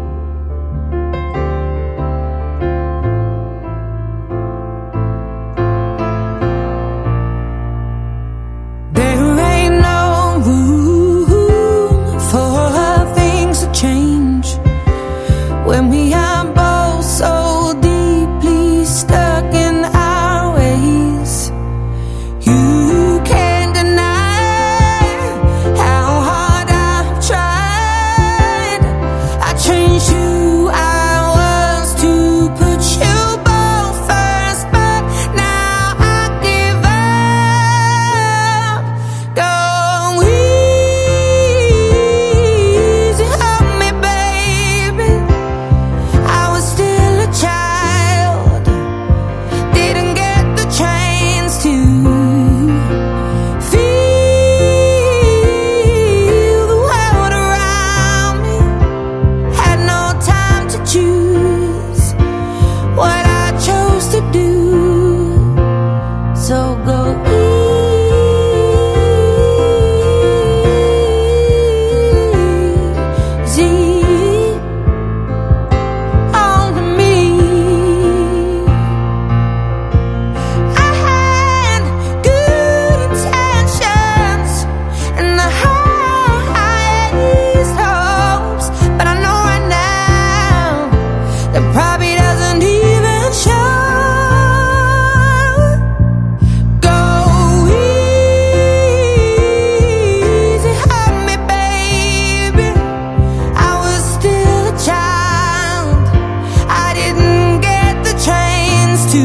There ain't no room for things to change when we are both so deeply stuck in our ways. You can't deny how hard I've tried. I changed who I was to put you both first, but now I give up. Go easy on me, baby. I was still a child, didn't get the chance to feel the world around me. Had no time to choose what I chose to do, so go easy on me. I had good intentions and the highest hopes, but I know right now that probably doesn't even show. Go easy on me, baby. I was still a child, I didn't get the chance to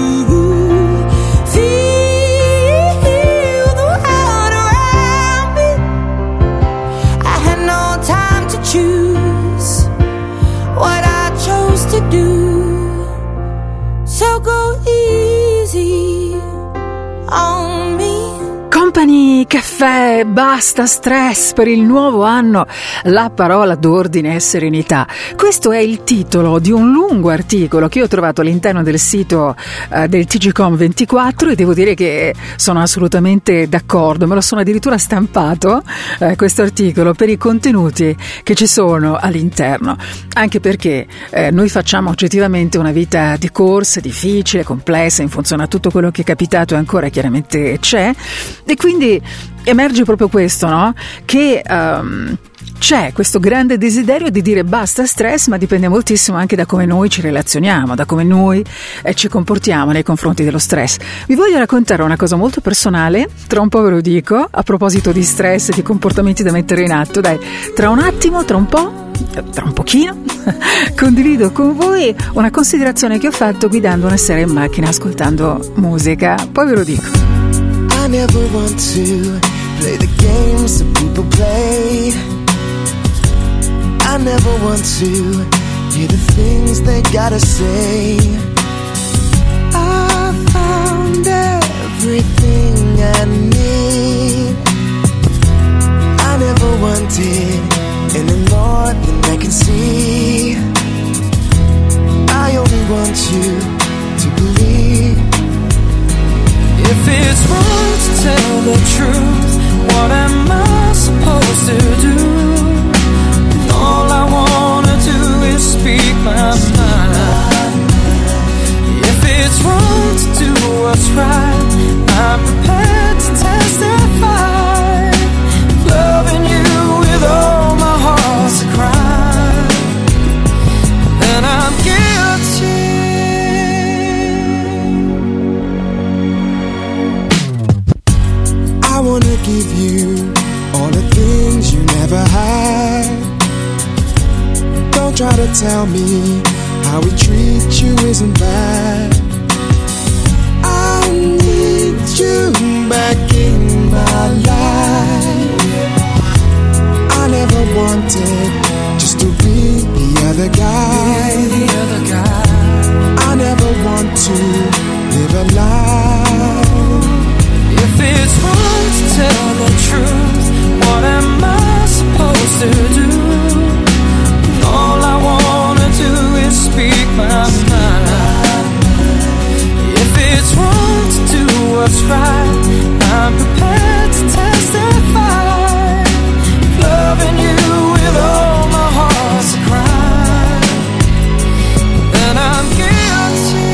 feel the world around me. I had no time to choose what I chose to do, so go easy on me. Company Caffè, basta stress per il nuovo anno, la parola d'ordine è serenità. Questo è il titolo di un lungo articolo che io ho trovato all'interno del sito del TGCom24 e devo dire che sono assolutamente d'accordo, me lo sono addirittura stampato questo articolo per i contenuti che ci sono all'interno, anche perché noi facciamo oggettivamente una vita di corsa, difficile, complessa in funzione a tutto quello che è capitato e ancora chiaramente c'è, e quindi emerge proprio questo, no? Che c'è questo grande desiderio di dire basta stress, ma dipende moltissimo anche da come noi ci relazioniamo, da come noi ci comportiamo nei confronti dello stress. Vi voglio raccontare una cosa molto personale, tra un po' ve lo dico, a proposito di stress e di comportamenti da mettere in atto. Dai, tra un attimo, tra un po', tra un pochino condivido con voi una considerazione che ho fatto guidando una sera in macchina ascoltando musica, poi ve lo dico. I never want to play the games that people play. I never want to hear the things they gotta say. I found everything I need. I never wanted any more than I can see. I only want you to believe. If it's wrong to tell the truth, what am I supposed to do? All I wanna do is speak my mind. If it's wrong to do what's right, I'm prepared to testify. Loving you with all my heart's a crime, then I'm guilty. I wanna give you all the things you never had. Don't try to tell me how we treat you isn't bad. I need you back in my life. I never wanted just to be the other guy. I never want to live a lie. If it's wrong to tell the truth, what am I supposed to do? All I wanna do is speak my mind. If it's wrong to do what's right, I'm prepared to testify. Loving you with all my heart's a crime, then I'm guilty.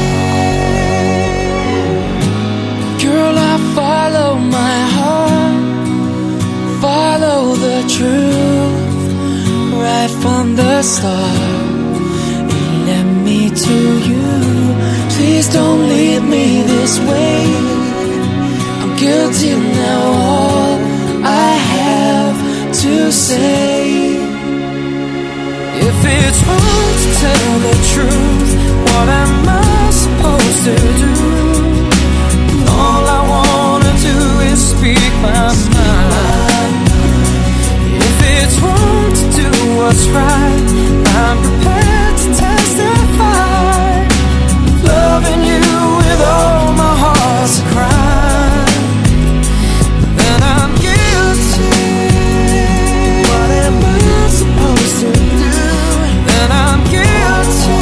Girl, I follow my heart, follow the truth, right from the start. It led me to you. Please don't leave me this way. I'm guilty now, all I have to say. If it's wrong to tell the truth, what am I supposed to do? All I wanna do is speak my mind. If it's wrong to do what's right, I'm prepared to testify. Loving you with all my heart's a crime, then I'm guilty. What am I supposed to do? Then I'm guilty.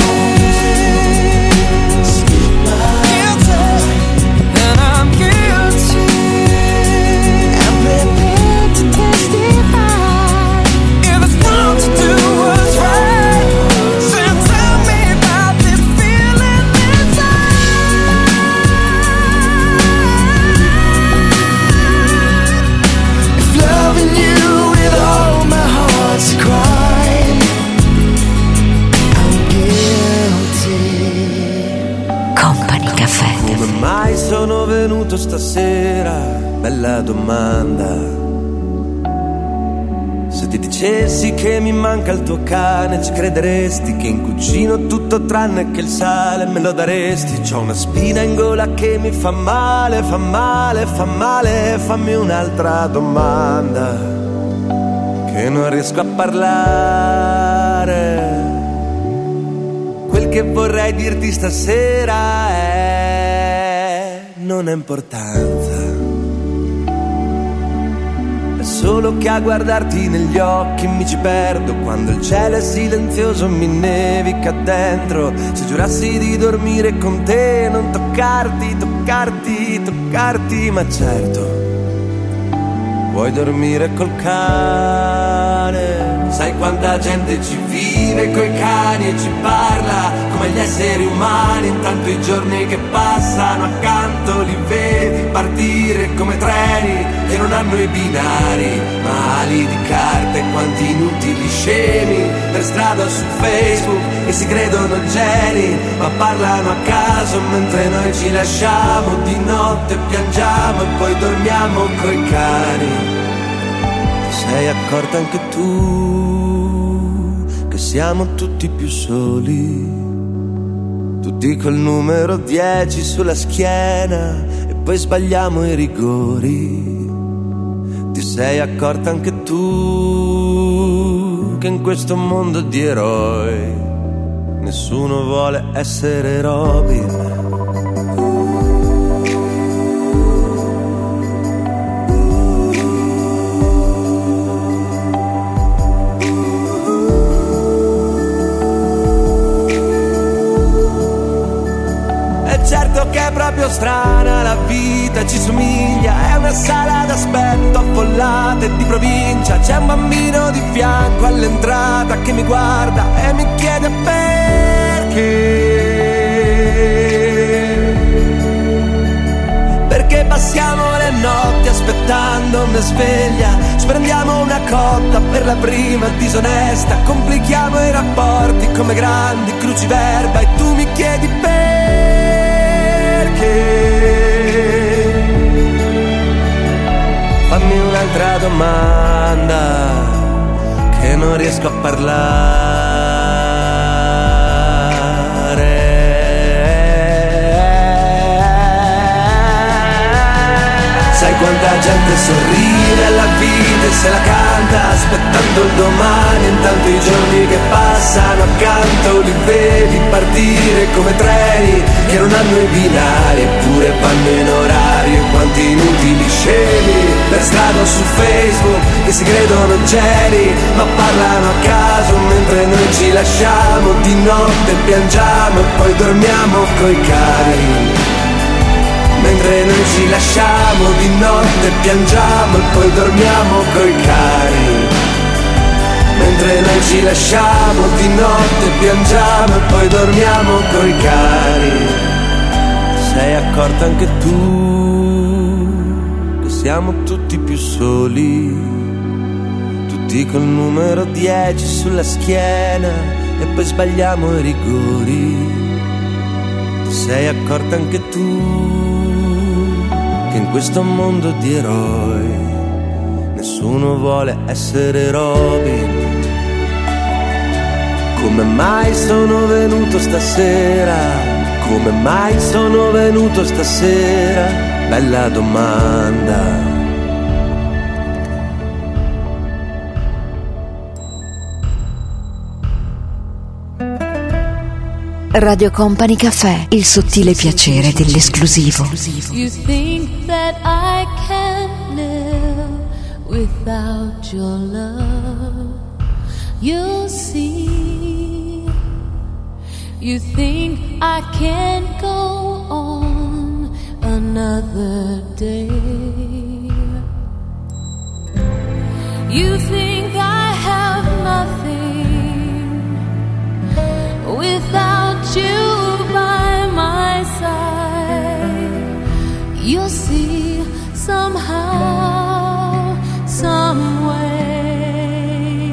Then I'm guilty. I'm prepared to testify. If it's wrong to do what's right, then tell me about this feeling inside. If loving you with all my heart's a crime, I'm guilty. Company Caffè. Come mai sono venuto stasera? Bella domanda. Se ti dicessi che mi manca il tuo cane, ci crederesti che in cucina ho tutto tranne che il sale, me lo daresti. C'ho una spina in gola che mi fa male, fa male, fa male. Fammi un'altra domanda, che non riesco a parlare. Quel che vorrei dirti stasera è: non ha importanza. È solo che a guardarti negli occhi mi ci perdo. Quando il cielo è silenzioso mi nevica dentro. Se giurassi di dormire con te, non toccarti, toccarti, toccarti. Ma certo, vuoi dormire col cane. Sai quanta gente ci vive coi cani e ci parla come gli esseri umani. Intanto i giorni che passano accanto li vedi partire come treni che non hanno i binari, ma ali di carta. E quanti inutili scemi per strada su Facebook e si credono geni, ma parlano a caso mentre noi ci lasciamo. Di notte piangiamo e poi dormiamo coi cani. Ti sei accorta anche tu siamo tutti più soli, tutti col numero 10 sulla schiena e poi sbagliamo i rigori. Ti sei accorta anche tu che in questo mondo di eroi nessuno vuole essere Robin. Certo che è proprio strana la vita, ci somiglia, è una sala d'aspetto affollata e di provincia. C'è un bambino di fianco all'entrata che mi guarda e mi chiede perché passiamo le notti aspettando una sveglia, sprendiamo una cotta per la prima disonesta, complichiamo i rapporti come grandi cruciverba e tu mi chiedi fammi un'altra domanda che non riesco a parlare. Sai quanta gente sorride alla vita e se la canta aspettando il domani, intanto i giorni che passano accanto li vedi partire come treni che non hanno i binari eppure vanno in orario. E quanti inutili scemi per strada o su Facebook che si credono geni ma parlano a caso mentre noi ci lasciamo di notte, piangiamo e poi dormiamo coi cari. Mentre noi ci lasciamo di notte, piangiamo e poi dormiamo coi cari. Mentre noi ci lasciamo di notte, piangiamo e poi dormiamo coi cari. Ti sei accorta anche tu che siamo tutti più soli, tutti col numero 10 sulla schiena e poi sbagliamo i rigori. Ti sei accorta anche tu che in questo mondo di eroi nessuno vuole essere Robin. Come mai sono venuto stasera? Come mai sono venuto stasera? Bella domanda. Radio Company Cafè, il sottile piacere dell'esclusivo. You think that I can't live without your love. You'll see. You think I can't go on another day. You think I have nothing without you by my side. You'll see somehow, some way.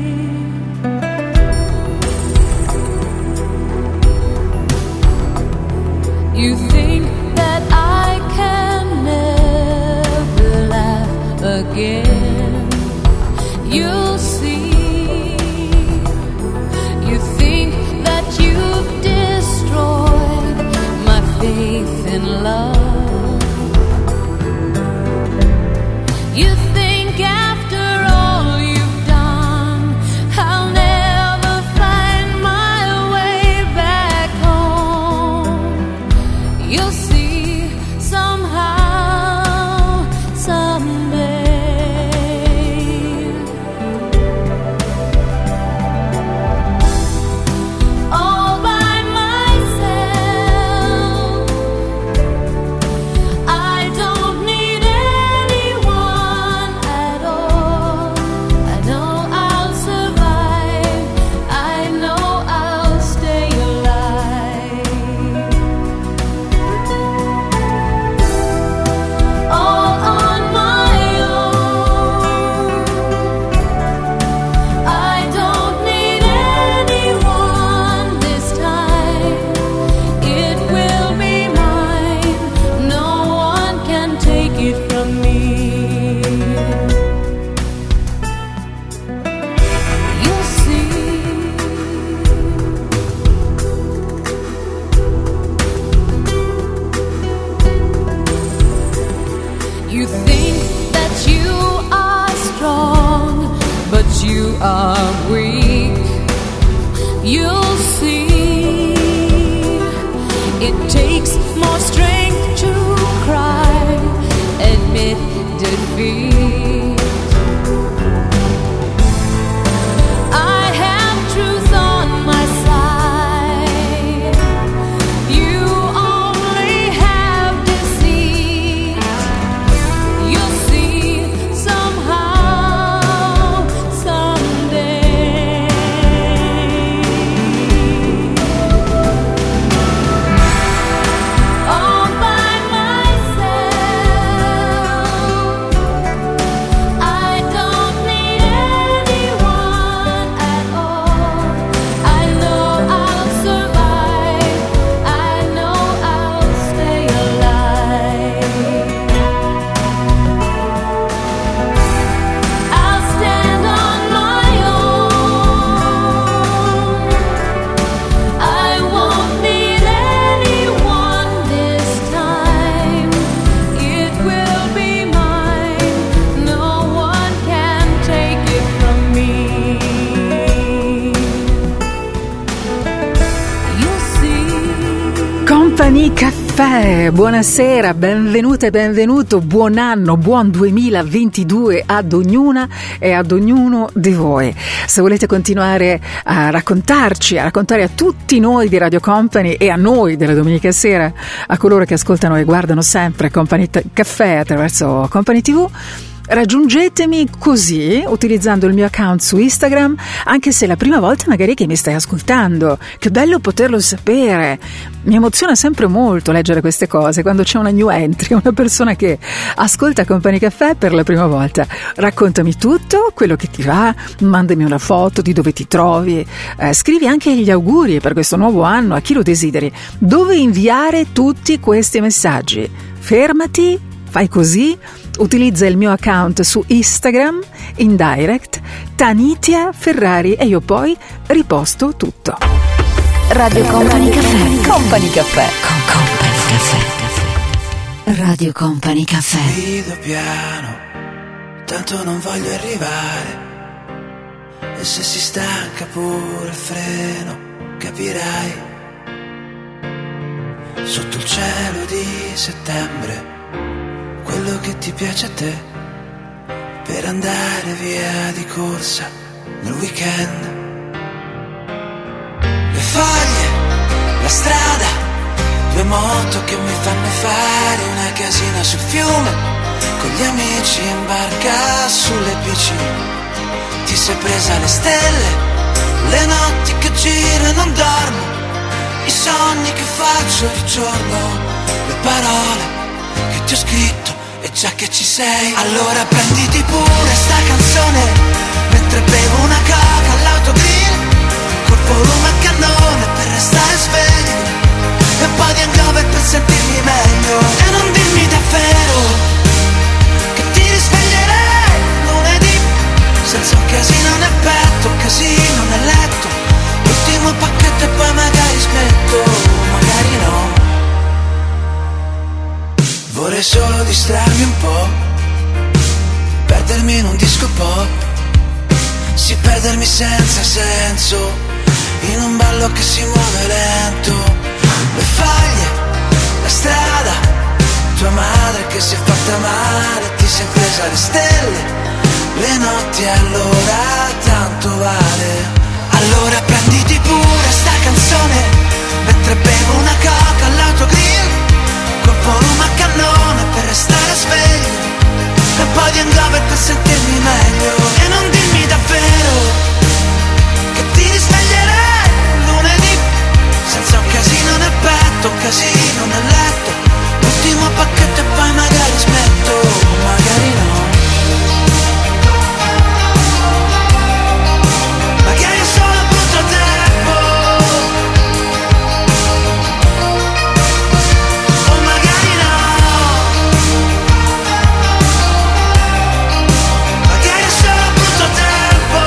You think that I can never laugh again. You'll see are weak, you'll see it takes more strength to cry, admit defeat. I have truth on my side, you only have deceit. You'll see somehow, someday. All by myself, I don't need anyone at all. I know I'll survive, I know I'll stay alive. I'll stand on my own. I won't need anyone this time. It will be mine. No one can take it from me. You'll see. Company Caffè, buonasera, benvenute e benvenuto, buon anno, buon 2022 ad ognuna e ad ognuno di voi. Se volete continuare a raccontarci, a raccontare a tutti noi di Radio Company e a noi della domenica sera, a coloro che ascoltano e guardano sempre Company Caffè attraverso Company TV, raggiungetemi così, utilizzando il mio account su Instagram, anche se è la prima volta magari che mi stai ascoltando. Che bello poterlo sapere. Mi emoziona sempre molto leggere queste cose quando c'è una new entry, una persona che ascolta Company Caffè per la prima volta. Raccontami tutto, quello che ti va, mandami una foto di dove ti trovi, scrivi anche gli auguri per questo nuovo anno a chi lo desideri. Dove inviare tutti questi messaggi? Fermati, fai così, utilizza il mio account su Instagram in direct, Tanitia Ferrari, e io poi riposto tutto. Radio Company Caffè. Company Caffè. Con Company Caffè. Radio Company Caffè. Guido piano, tanto non voglio arrivare. E se si stanca pure il freno, capirai. Sotto il cielo di settembre, quello che ti piace a te, per andare via di corsa nel weekend. Le foglie, la strada, due moto che mi fanno fare una casina sul fiume, con gli amici in barca sulle bici. Ti sei presa le stelle, le notti che giro e non dormo, i sogni che faccio di giorno, le parole che ti ho scritto. E già che ci sei, allora prenditi pure sta canzone, mentre bevo una coca all'autogrill, col volume a cannone per restare svegli, e un po' di hangover per sentirmi meglio. E non dirmi davvero che ti risveglierei lunedì, senza un casino nel petto, un casino nel letto, l'ultimo pacchetto e poi magari smetto, magari no. Vorrei solo distrarmi un po', perdermi in un disco pop, sì, perdermi senza senso, in un ballo che si muove lento. Le foglie, la strada, tua madre che si è fatta male, ti sei presa le stelle, le notti, allora tanto vale. Allora prenditi pure sta canzone, mentre bevo una coca all'autogrill, col volume a cannone per restare sveglio, e un po' di hangover per sentirmi meglio. E non dirmi davvero che ti risveglierei lunedì, senza un casino nel petto, un casino nel letto, l'ultimo pacchetto e poi magari smetto, magari no. Magari è solo brutto tempo, o magari no. Magari è solo brutto tempo.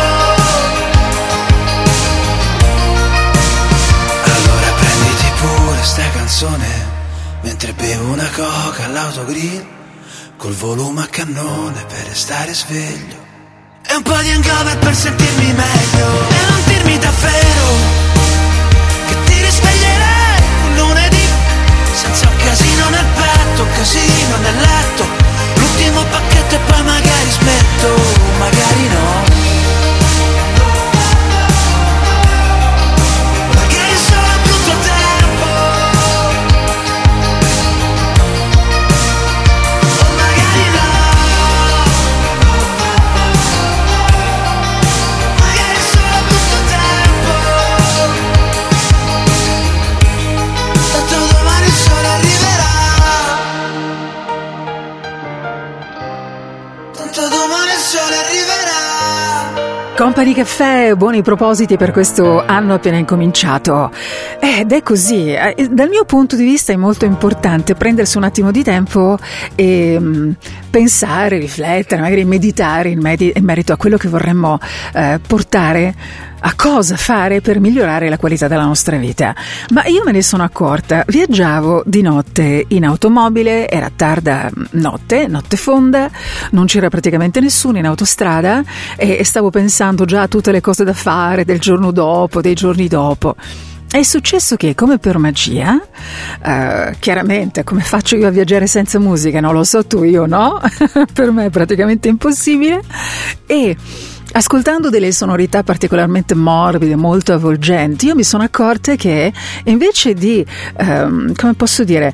Allora prenditi pure sta canzone, mentre bevo una coca all'autogrill, col volume a cannone per restare sveglio, e un po' di hangover per sentirmi meglio. E non dirmi davvero che ti risveglierai un lunedì senza un casino nel petto, un casino nel letto, l'ultimo pacchetto e poi magari smetto, magari no. Magari solo è brutto tempo, o magari no. Magari solo è brutto tempo, tanto domani il sole arriverà, tanto domani il sole arriverà. Company Caffè, buoni propositi per questo anno appena incominciato. Ed è così, dal mio punto di vista è molto importante prendersi un attimo di tempo e pensare, riflettere, magari meditare in merito a quello che vorremmo portare, a cosa fare per migliorare la qualità della nostra vita. Ma io me ne sono accorta, viaggiavo di notte in automobile, era tarda notte fonda, non c'era praticamente nessuno in autostrada e stavo pensando già a tutte le cose da fare del giorno dopo, dei giorni dopo. È successo che, come per magia, chiaramente come faccio io a viaggiare senza musica, non lo so tu, io no, per me è praticamente impossibile, e ascoltando delle sonorità particolarmente morbide, molto avvolgenti, io mi sono accorta che invece di, come posso dire,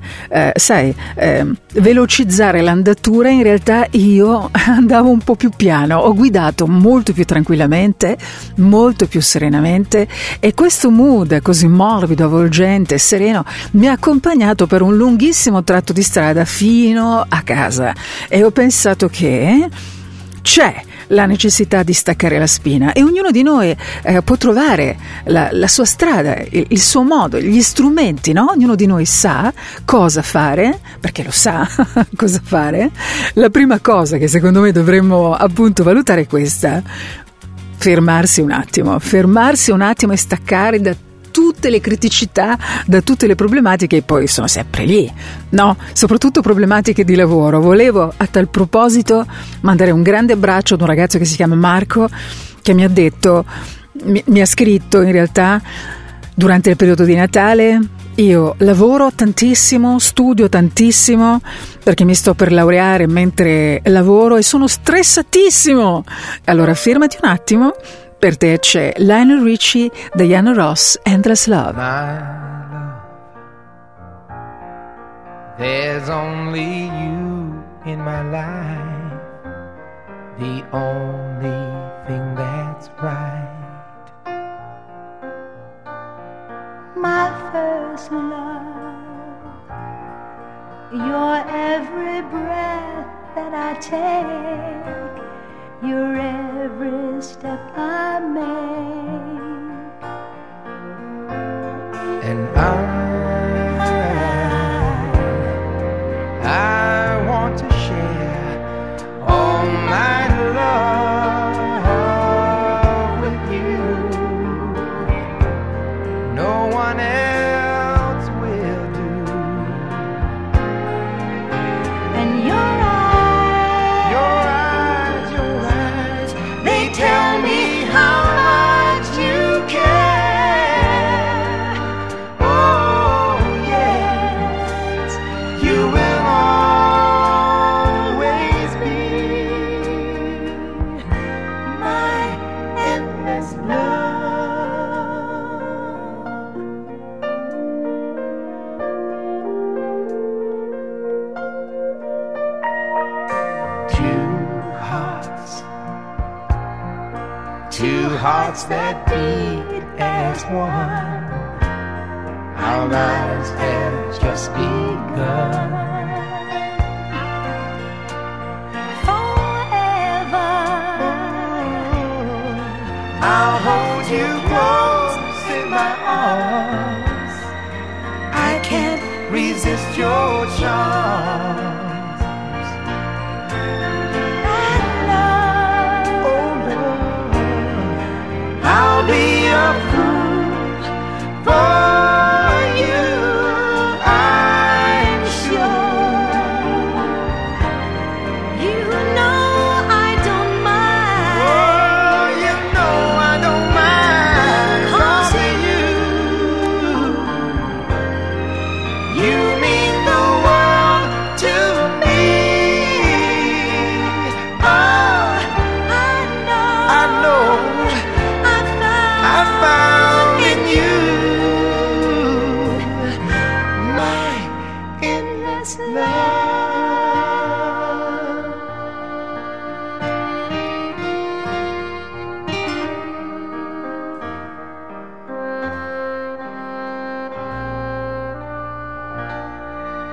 velocizzare l'andatura, in realtà io andavo un po' più piano, ho guidato molto più tranquillamente, molto più serenamente, e questo mood così morbido, avvolgente, sereno mi ha accompagnato per un lunghissimo tratto di strada fino a casa, e ho pensato che c'è la necessità di staccare la spina e ognuno di noi può trovare la sua strada, il suo modo, gli strumenti, no? Ognuno di noi sa cosa fare, perché lo sa cosa fare. La prima cosa che secondo me dovremmo appunto valutare è questa: fermarsi un attimo e staccare da tutte le criticità, da tutte le problematiche, e poi sono sempre lì, no? Soprattutto problematiche di lavoro. Volevo a tal proposito mandare un grande abbraccio ad un ragazzo che si chiama Marco, che mi ha detto, mi ha scritto in realtà durante il periodo di Natale: io lavoro tantissimo, studio tantissimo perché mi sto per laureare mentre lavoro e sono stressatissimo. Allora fermati un attimo. Per te c'è Lionel Richie, Diana Ross, Endless Love. My love, there's only you in my life, the only thing that's right. My first love, your every breath that I take, your every step I make. And I want to share all my love with you. No one else will do. And your eyes, they tell me how much you care. Oh yes, you will always be my endless love. Two hearts that beat as one. Our lives have just begun. I'll hold you close in my arms. I can't resist your charms. And love, oh love, I'll be a fool for you, I'm sure. You know I don't mind.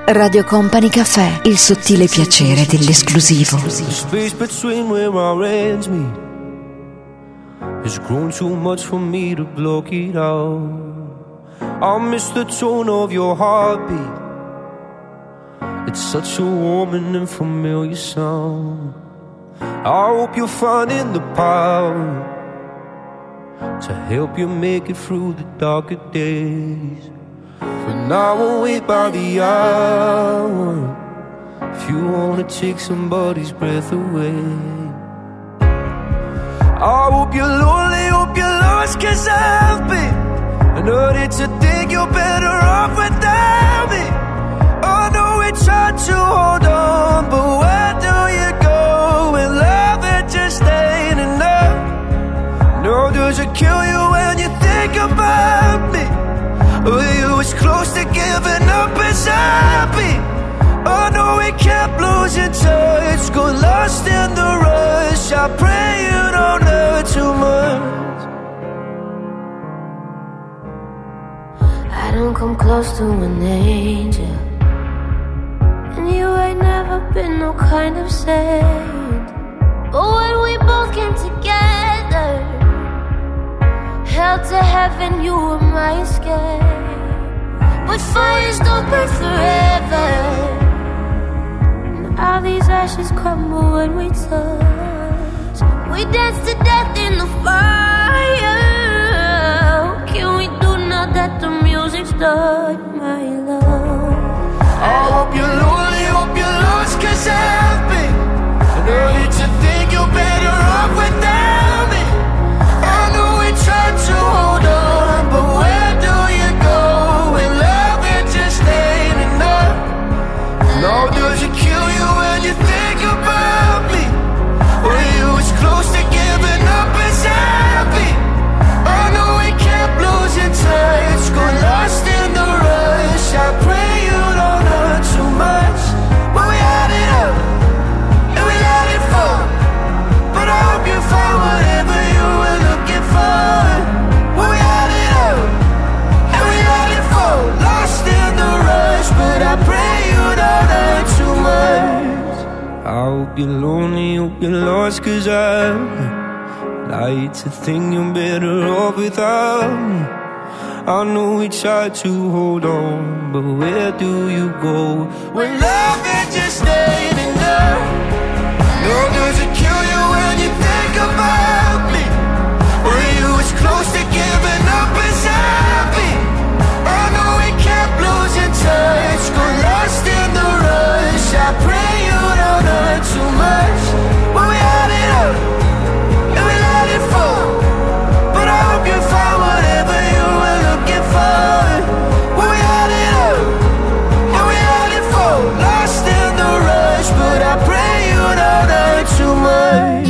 Radio Company Cafè, il sottile piacere dell'esclusivo. The space between where our ends meet has grown too much for me to block it out. I miss the tone of your heartbeat. It's such a warm and familiar sound. I hope you're finding the power to help you make it through the darker days. For now we'll wait by the hour if you wanna take somebody's breath away. I hope you're lonely, hope you're lost, 'cause I've been. I know that you think you're better off without me. I know we tried to hold on, but where do you go when love it just ain't enough? No, does it kill you when you think about me? Were you as close to giving up as I've been? I know we kept losing touch, got lost in the rush. I pray you don't hurt too much. I don't come close to an angel, and you ain't never been no kind of saint. But when we both came together, held to heaven, you were my escape. But fires don't burn forever, and all these ashes crumble when we touch. We dance to death in the fire. What can we do now that the music's done, my love? I hope you're lonely, hope you're lost, 'cause I've been. I know that you think you're better off without me. I know we tried to hold on, but where do you go when love it just ain't enough? No, does it kill you when you think about me? Were you as close to giving up as I've been? I know we kept losing touch, got lost in the rush. I pray you don't hurt too much. But we had it up, and we let it fall. But I hope you find whatever you were looking for. But we had it up, and we let it fall. Lost in the rush, but I pray you don't hurt too much. I hope you're lonely, hope you're lost, 'cause I like to think you're better off without me. I know we tried to hold on, but where do you go when love it just ain't enough? No, does it kill you when you think about me? Were you as close to giving up as I've been? I know we kept losing touch, got lost in the rush. I pray you don't hurt too much. But we had it up, and we let it fall. But I hope you find whatever you were looking for. But we had it up, and we let it fall. Lost in the rush, but I pray you don't hurt too much.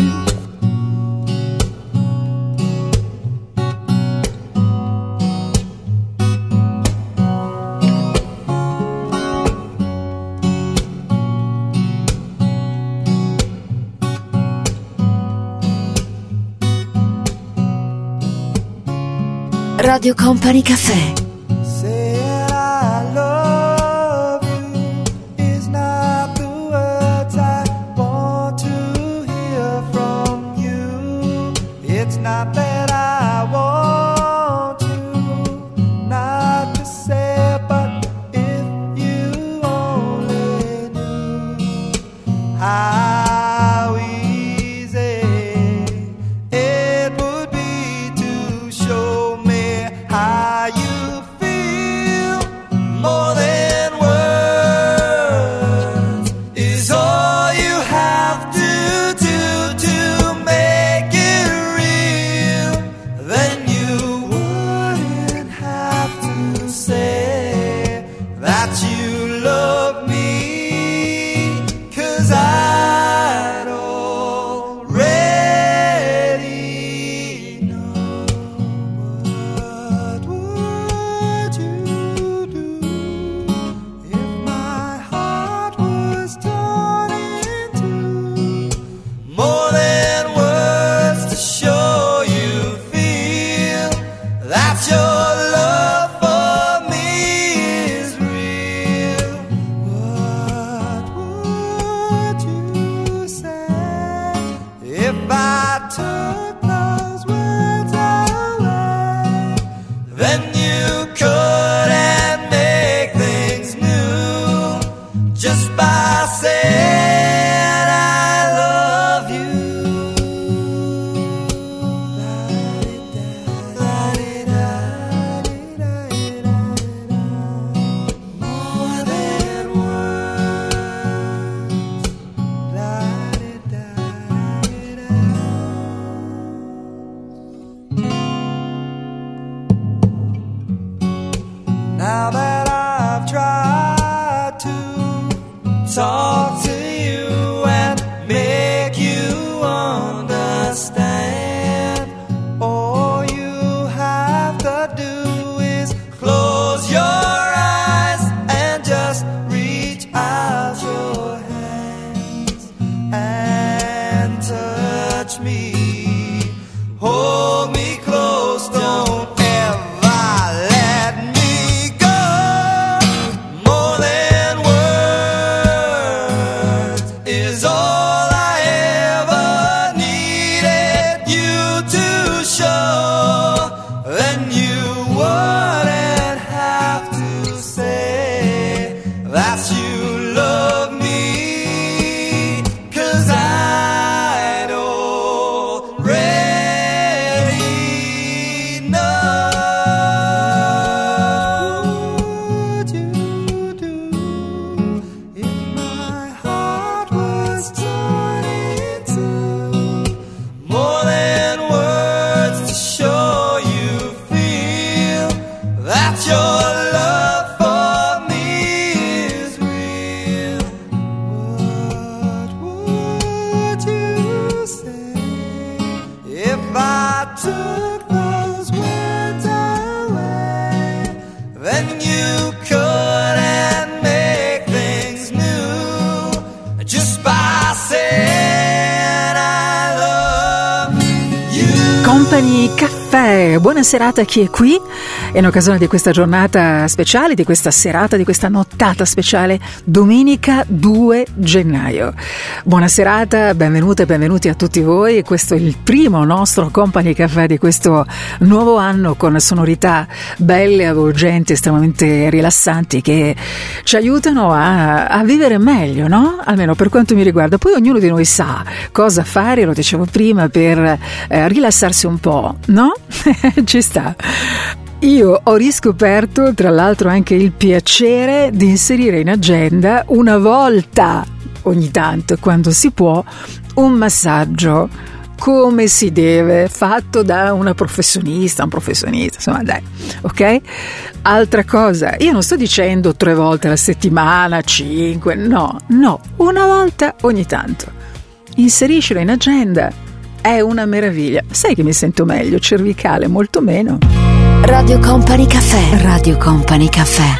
Radio Company Cafè. Saying I love you is not the words I want to hear from you. It's not that I want you not to say, but if you only knew how easy it would be to show me how you feel. More than words is all you have to do to make it real. Then you wouldn't have to say that you love me, 'cause I'd already know. What would you do if my heart was torn in two? More than words to show you feel that your love for me is real. Now that I've tried to talk to you and make you understand, all you have to do is close your eyes and just reach out your hands and touch me, hold me close, don't ever let me go. More than words is all I ever needed you to show. Then you wouldn't have to say that you love me, 'cause I'd already know. What would you do if my heart was torn in two? More than words to show you feel that your love for me is real. What would you say if I took those words away? Then you couldn't make things new just by saying I love you. Company Caffè, buona serata a chi è qui in occasione di questa giornata speciale, di questa serata, di questa nottata speciale, domenica 2 gennaio. Buona serata, benvenute e benvenuti a tutti voi. Questo è il primo nostro Company Caffè di questo nuovo anno, con sonorità belle, avvolgenti, estremamente rilassanti, che ci aiutano a vivere meglio, no? Almeno per quanto mi riguarda. Poi ognuno di noi sa cosa fare, lo dicevo prima, per rilassarsi un po', no? Ci sta. Io ho riscoperto, tra l'altro, anche il piacere di inserire in agenda, una volta ogni tanto, quando si può, un massaggio come si deve, fatto da una professionista, un professionista, insomma, dai, ok? Altra cosa, io non sto dicendo 3 volte alla settimana, 5, no, una volta ogni tanto. Inseriscilo in agenda, è una meraviglia. Sai che mi sento meglio, cervicale molto meno. Radio Company Caffè. Radio Company Caffè.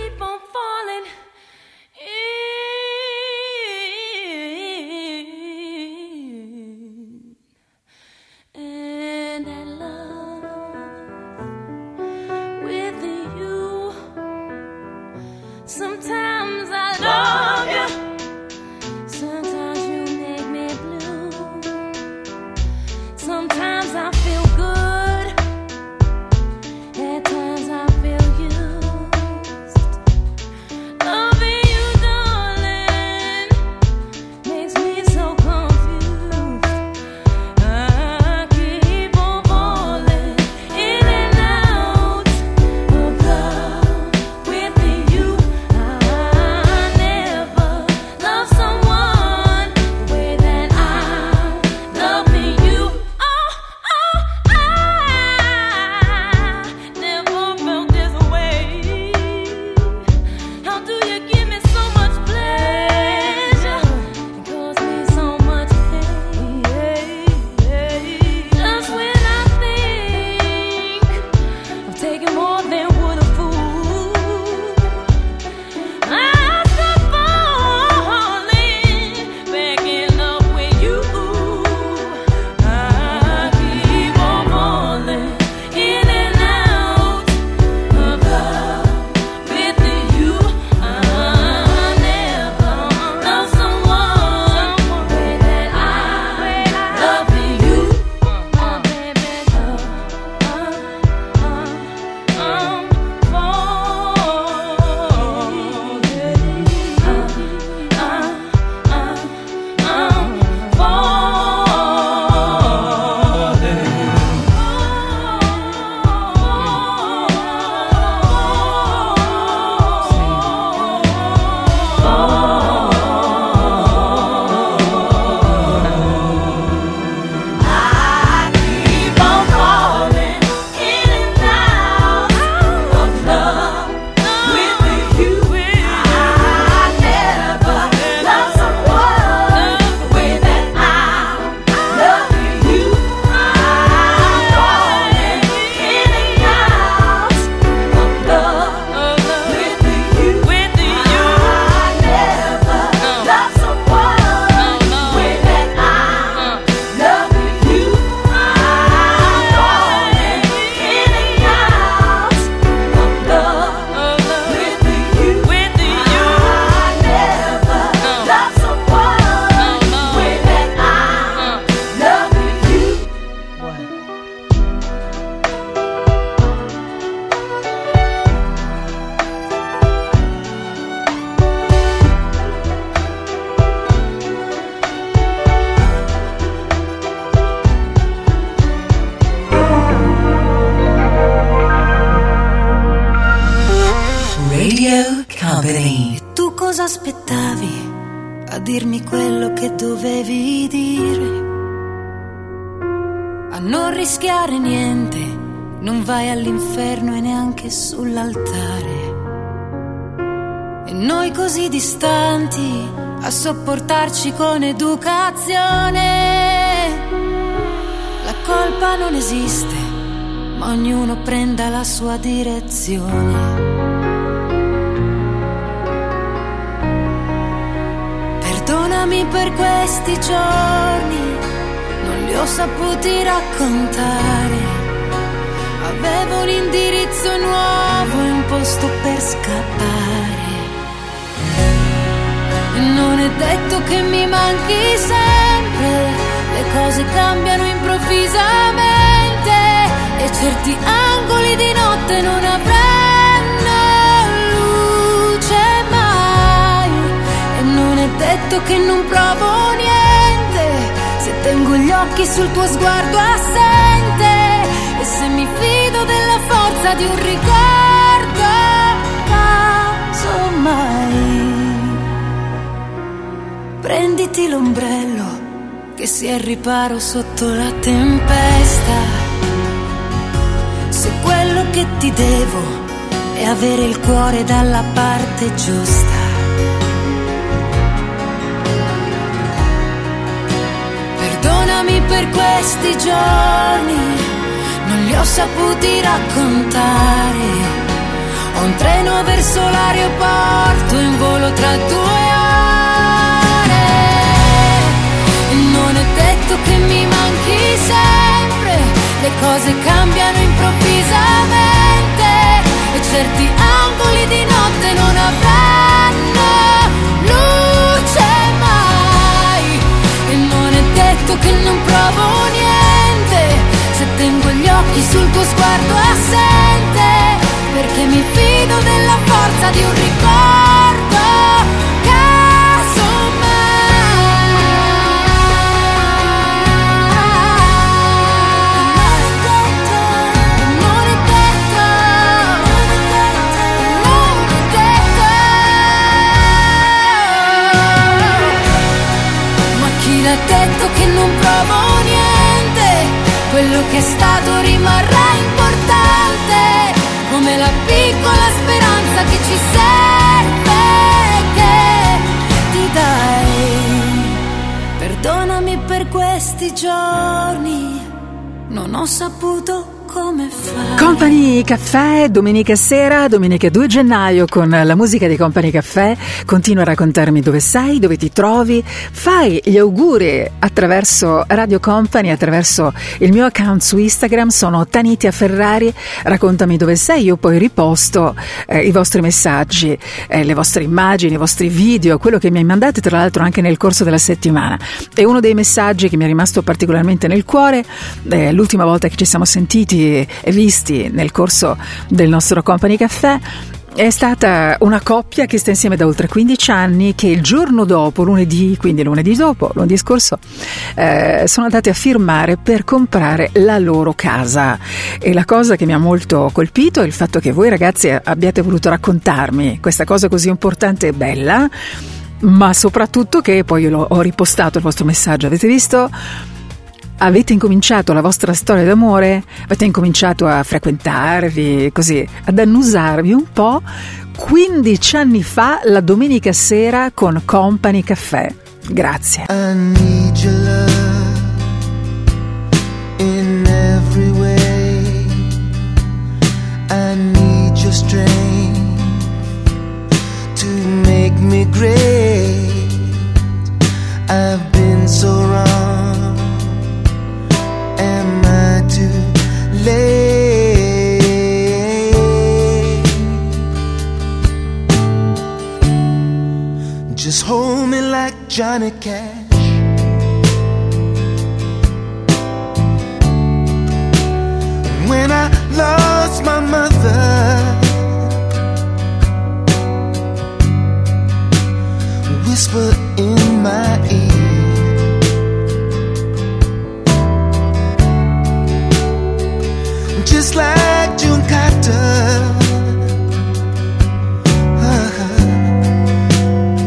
Sometimes I love you, sometimes you make me blue, sometimes I feel good, at times I feel used. Loving you, darling, makes me so confused. I keep on falling in and out of love with you. I aspettavi a dirmi quello che dovevi dire? A non rischiare niente, non vai all'inferno e neanche sull'altare. E noi così distanti a sopportarci con educazione. La colpa non esiste, ma ognuno prenda la sua direzione. Perdonami per questi giorni, non li ho saputi raccontare. Avevo un indirizzo nuovo e un posto per scappare. E non è detto che mi manchi sempre, le cose cambiano improvvisamente e certi angoli di notte non avranno luce mai. E non è detto che non provo niente, se tengo gli occhi sul tuo sguardo assente e se mi fido della forza di un ricordo, casomai. Prenditi l'ombrello che sia il riparo sotto la tempesta. Se quello che ti devo è avere il cuore dalla parte giusta. Perdonami per questi giorni, non li ho saputi raccontare. Ho un treno verso l'aeroporto, in volo tra 2 ore. E non è detto che mi manchi sempre, le cose cambiano improvvisamente e certi angoli di notte non avranno luce mai. E non è detto che non provo niente, se tengo gli occhi sul tuo sguardo assente, perché mi fido della forza di un ricordo, casomai. Non è detto, non è detto, ma chi l'ha detto che non provo niente? Quello che è stato rimarrà importante, come la piccola speranza che ci serve, che ti dai. Perdonami per questi giorni, non ho saputo come fare. Company Caffè, domenica sera, domenica 2 gennaio, con la musica di Company Caffè. Continua a raccontarmi dove sei, dove ti trovi. Fai gli auguri attraverso Radio Company, attraverso il mio account su Instagram, sono Tanitia Ferrari. Raccontami dove sei, io poi riposto i vostri messaggi, le vostre immagini, i vostri video, quello che mi hai mandato tra l'altro anche nel corso della settimana. E uno dei messaggi che mi è rimasto particolarmente nel cuore, l'ultima volta che ci siamo sentiti e visti nel corso del nostro Company Caffè, è stata una coppia che sta insieme da oltre 15 anni, che il giorno dopo, lunedì scorso, sono andati a firmare per comprare la loro casa. E la cosa che mi ha molto colpito è il fatto che voi ragazzi abbiate voluto raccontarmi questa cosa così importante e bella, ma soprattutto che poi io ho ripostato il vostro messaggio. Avete visto? Avete incominciato la vostra storia d'amore, avete incominciato a frequentarvi, così, ad annusarvi un po' 15 anni fa, la domenica sera con Company Caffè. Grazie. I need your love in every way. I need your strength to make me great. I've been so wrong. Am I too late? Just hold me like Johnny Cash. When I lost my mother, whisper in my ear. Just like June Carter,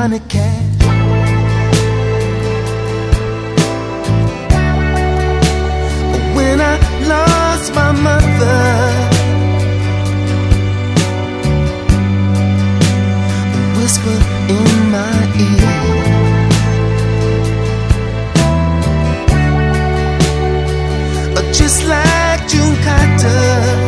Johnny Cash. When I lost my mother, whisper in my ear, just like June Carter.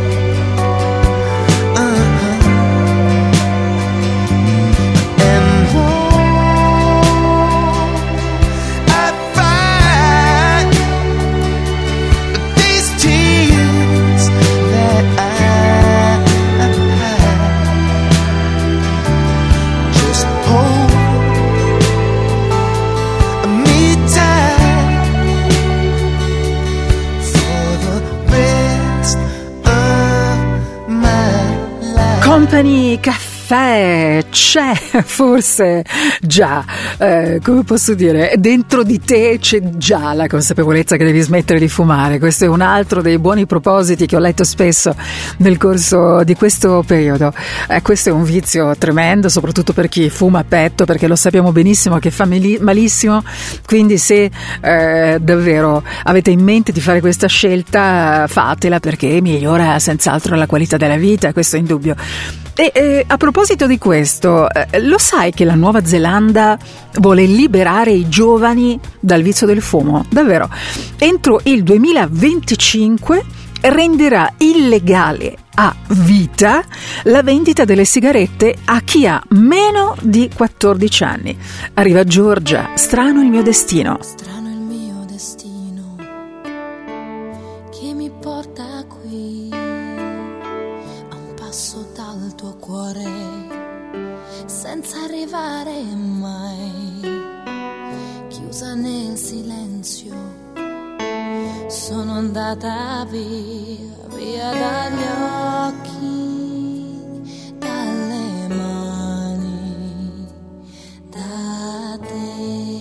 Company Caffè, c'è forse già, come posso dire, dentro di te c'è già la consapevolezza che devi smettere di fumare. Questo è un altro dei buoni propositi che ho letto spesso nel corso di questo periodo. Questo è un vizio tremendo, soprattutto per chi fuma a petto, perché lo sappiamo benissimo che fa malissimo. Quindi se davvero avete in mente di fare questa scelta, fatela, perché migliora senz'altro la qualità della vita, questo è indubbio. E a proposito di questo, lo sai che la Nuova Zelanda vuole liberare i giovani dal vizio del fumo? Davvero, entro il 2025 renderà illegale a vita la vendita delle sigarette a chi ha meno di 14 anni. Arriva Giorgia, strano il mio destino. Strano il mio destino che mi porta qui, a un passo dal tuo cuore, senza arrivare mai, chiusa nel silenzio. Sono andata via dagli occhi, dalle mani, da te.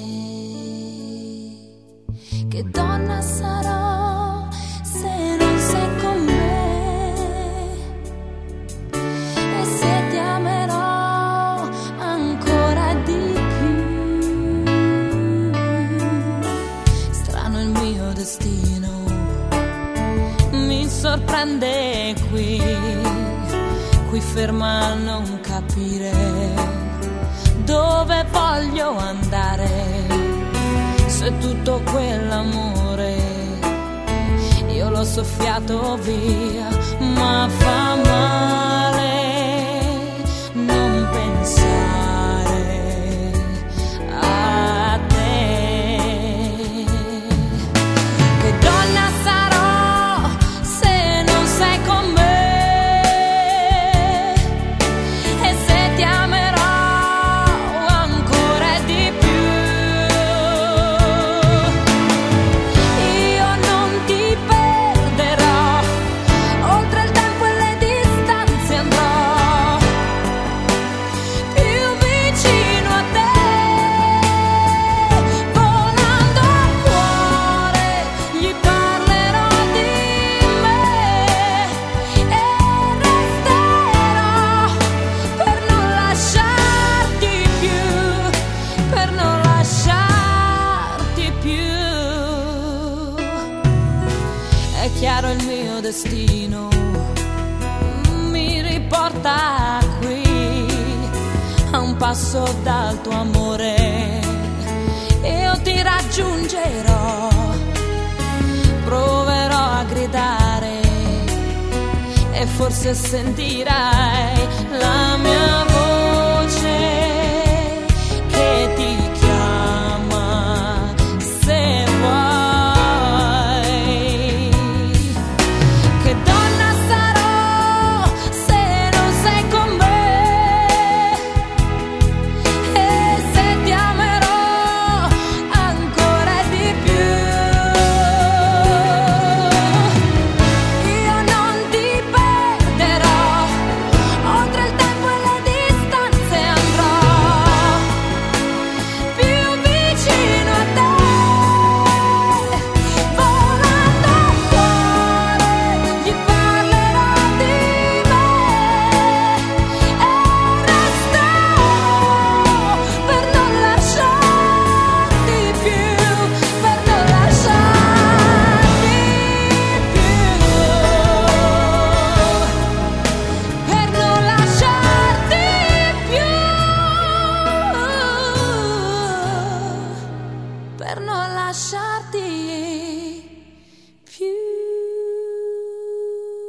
Che donna sarò se non sei con me? E se ti amerò ancora di più. Strano il mio destino, mi sorprende qui ferma a non capire dove voglio andare, se tutto quell'amore io l'ho soffiato via, ma fa male non pensare a te. Che donna sarò se non sei con me? E se ti amerò ancora di più. Io non ti perderò, oltre il tempo e le distanze andrò, più vicino a te, volando al cuore, gli parlerò di me e resterò per non lasciarti più, per non lasciarti più. È chiaro il mio destino, mi riporta qui, a un passo dal tuo amore, e io ti raggiungerò, proverò a gridare e forse sentirai la mia voce che ti chiama se vuoi. Che donna sarò se non sei con me? E se ti amerò ancora di più. Io non ti perderò, oltre il tempo e le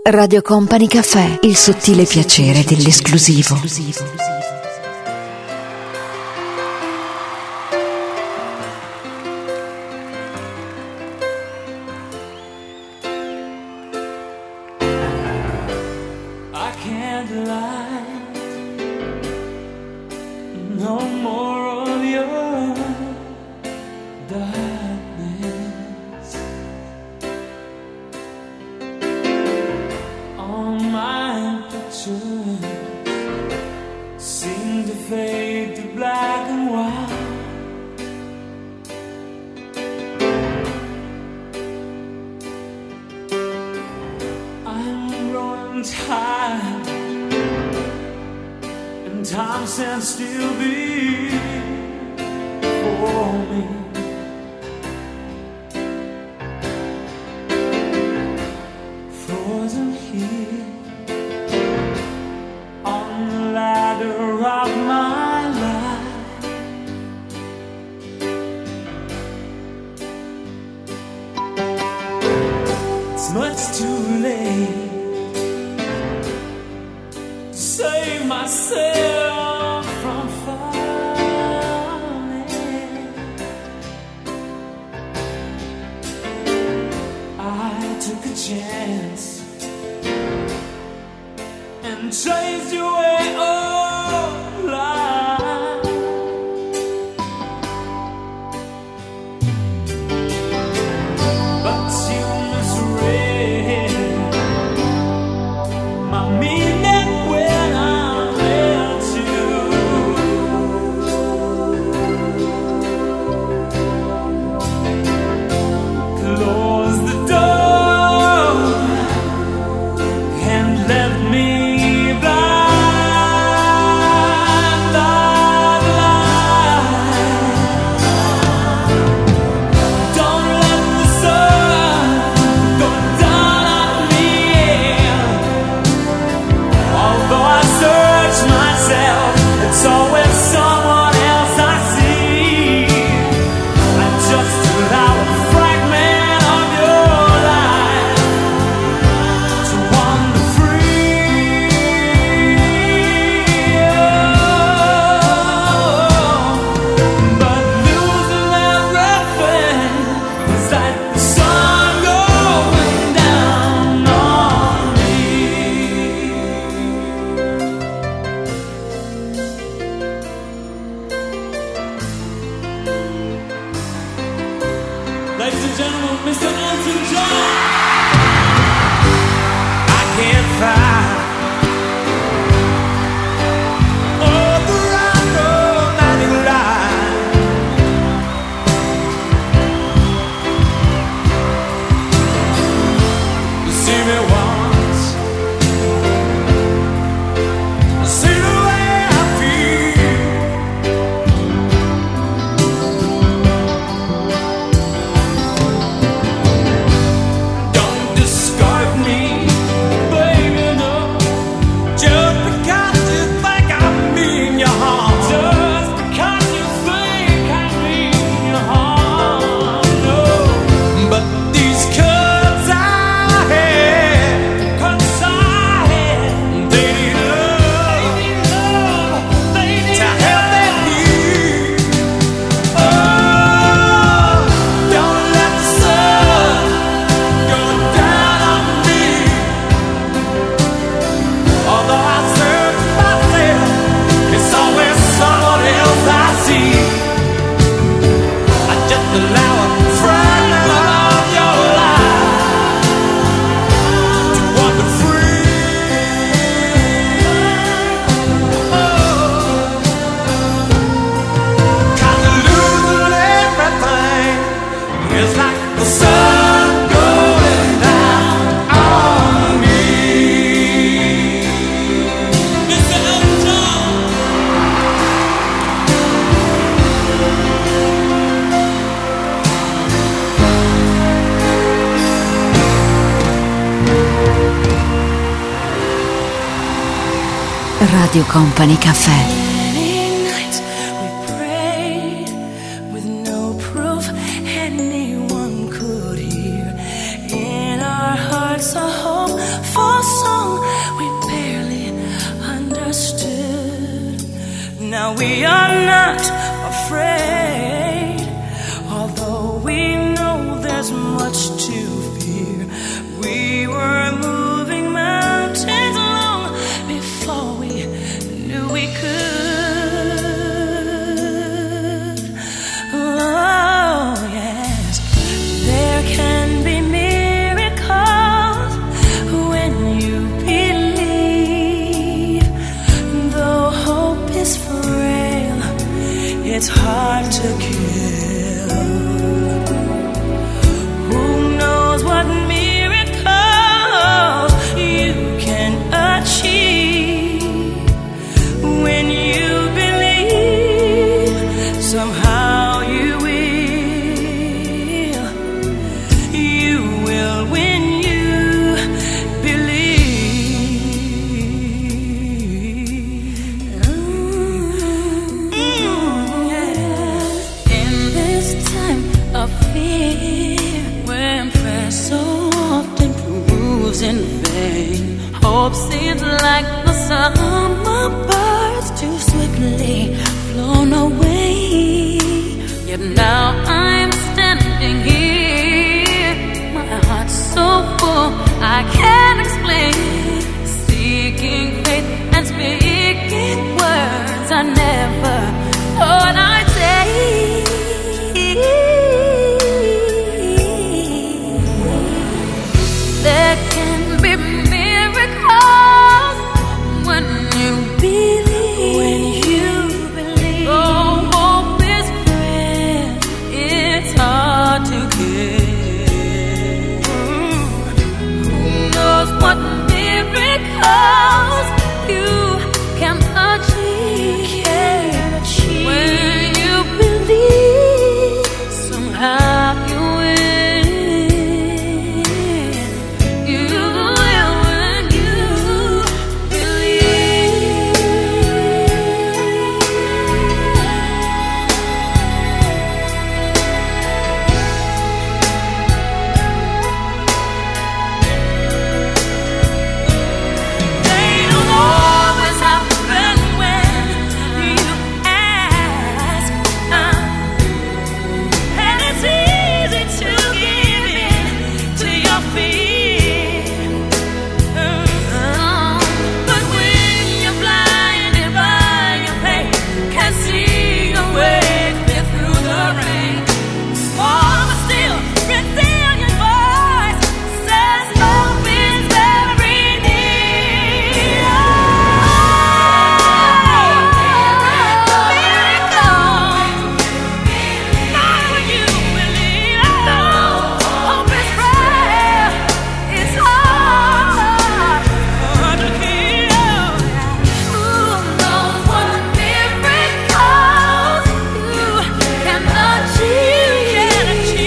Radio Company Cafè, il sottile piacere dell'esclusivo. Radio Company Cafè. For Now we are not afraid, although we know there's much to fear. We were moving mountains long before we knew we could. Oh yes, there can be miracles when you believe. Though hope is frail, it's hard to kill. Who knows what miracles you can achieve when you believe. Somehow you will when you believe. In this time of fear, when prayer so often proves in vain, hope seems like the summer birds too swiftly flown away. Yet now I'm standing here, my heart's so full I can't explain, seeking faith and speaking words I never thought I'd say. There can be miracles when you believe. When you believe. Oh, hope is frail, it's hard to get. Who knows what miracles you can achieve when you believe. Somehow you will. You will when you believe. They don't always happen when you ask, and it's easy to give in to your fear. But when you're blinded by your pain, can't see your way clear through the rain, small but still resilient voice says hope is very near. Hope is frail, it's hard to kill. Who knows what miracles you can achieve?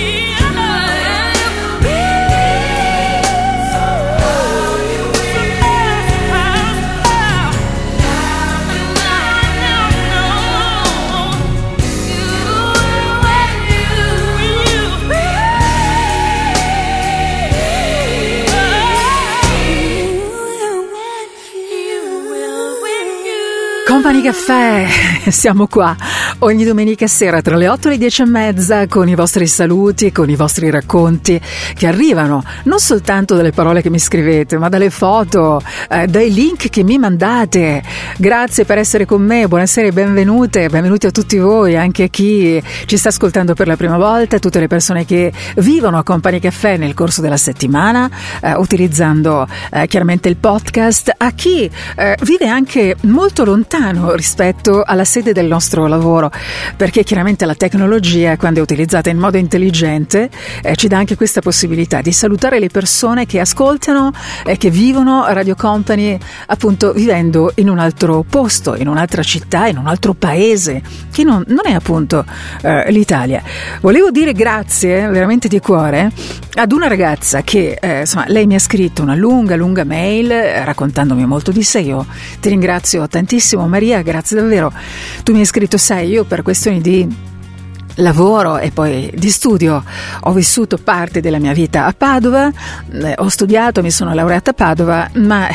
Company Caffè, siamo qua ogni domenica sera tra le 8 e le 10:30 con i vostri saluti, con i vostri racconti che arrivano non soltanto dalle parole che mi scrivete, ma dalle foto, dai link che mi mandate. Grazie per essere con me, buonasera e benvenuti a tutti voi, anche a chi ci sta ascoltando per la prima volta, a tutte le persone che vivono a Company Caffè nel corso della settimana, utilizzando chiaramente il podcast, a chi vive anche molto lontano rispetto alla sede del nostro lavoro, perché chiaramente la tecnologia, quando è utilizzata in modo intelligente, ci dà anche questa possibilità di salutare le persone che ascoltano e che vivono Radio Company, appunto vivendo in un altro posto, in un'altra città, in un altro paese che non è appunto l'Italia. Volevo dire grazie veramente di cuore ad una ragazza che insomma, lei mi ha scritto una lunga mail raccontandomi molto di sé. Io ti ringrazio tantissimo, Maria, grazie davvero. Tu mi hai scritto, sai, io per questioni di lavoro e poi di studio. Ho vissuto parte della mia vita a Padova, ho studiato, mi sono laureata a Padova, ma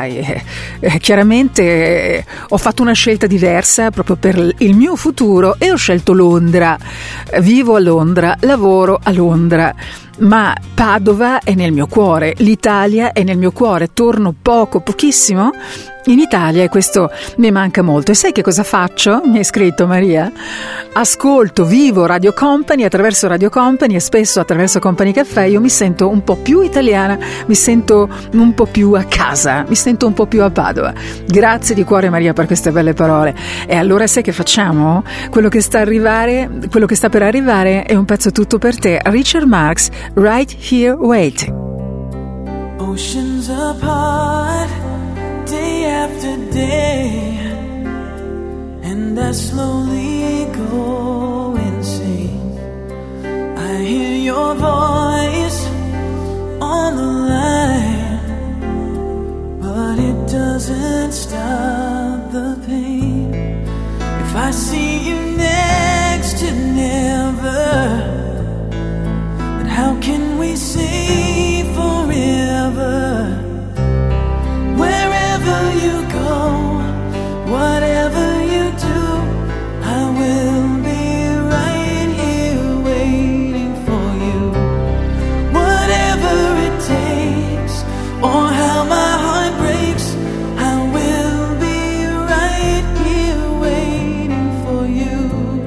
chiaramente ho fatto una scelta diversa proprio per il mio futuro e ho scelto Londra. Vivo a Londra, lavoro a Londra, ma Padova è nel mio cuore, l'Italia è nel mio cuore, torno pochissimo in Italia e questo mi manca molto. E sai che cosa faccio? Mi hai scritto Maria? Ascolto, vivo Radio Company, attraverso Radio Company e spesso attraverso Company Café io mi sento un po' più italiana, mi sento un po' più a casa, mi sento un po' più a Padova. Grazie di cuore Maria per queste belle parole. E allora sai che facciamo? Quello che sta per arrivare è un pezzo tutto per te. Richard Marx, Right Here Waiting. Oceans apart, day after day, and I slowly go insane. I hear your voice on the line, but it doesn't stop the pain. If I see you next to never, then how can we say forever? Wherever you go, whatever you do, I will be right here waiting for you. Whatever it takes, or how my heart breaks, I will be right here waiting for you.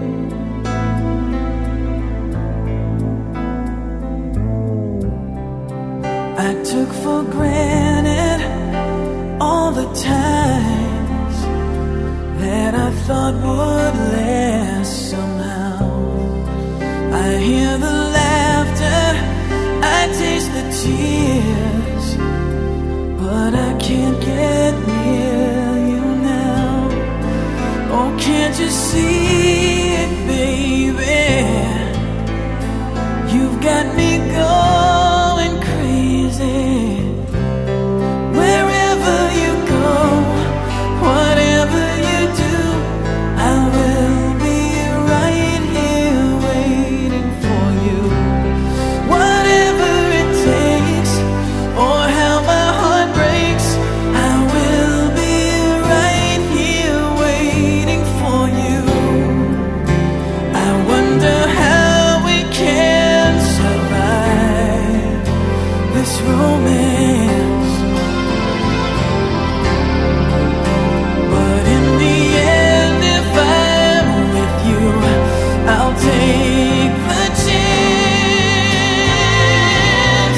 I took for granted all the times that I thought would last somehow. I hear the laughter, I taste the tears, but I can't get near you now. Oh, can't you see it, baby? You've got me going crazy. Wherever you go, whatever you do, I will be right here waiting for you. Whatever it takes, or how my heart breaks, I will be right here waiting for you. I wonder how we can survive this romance. I'll take the chance.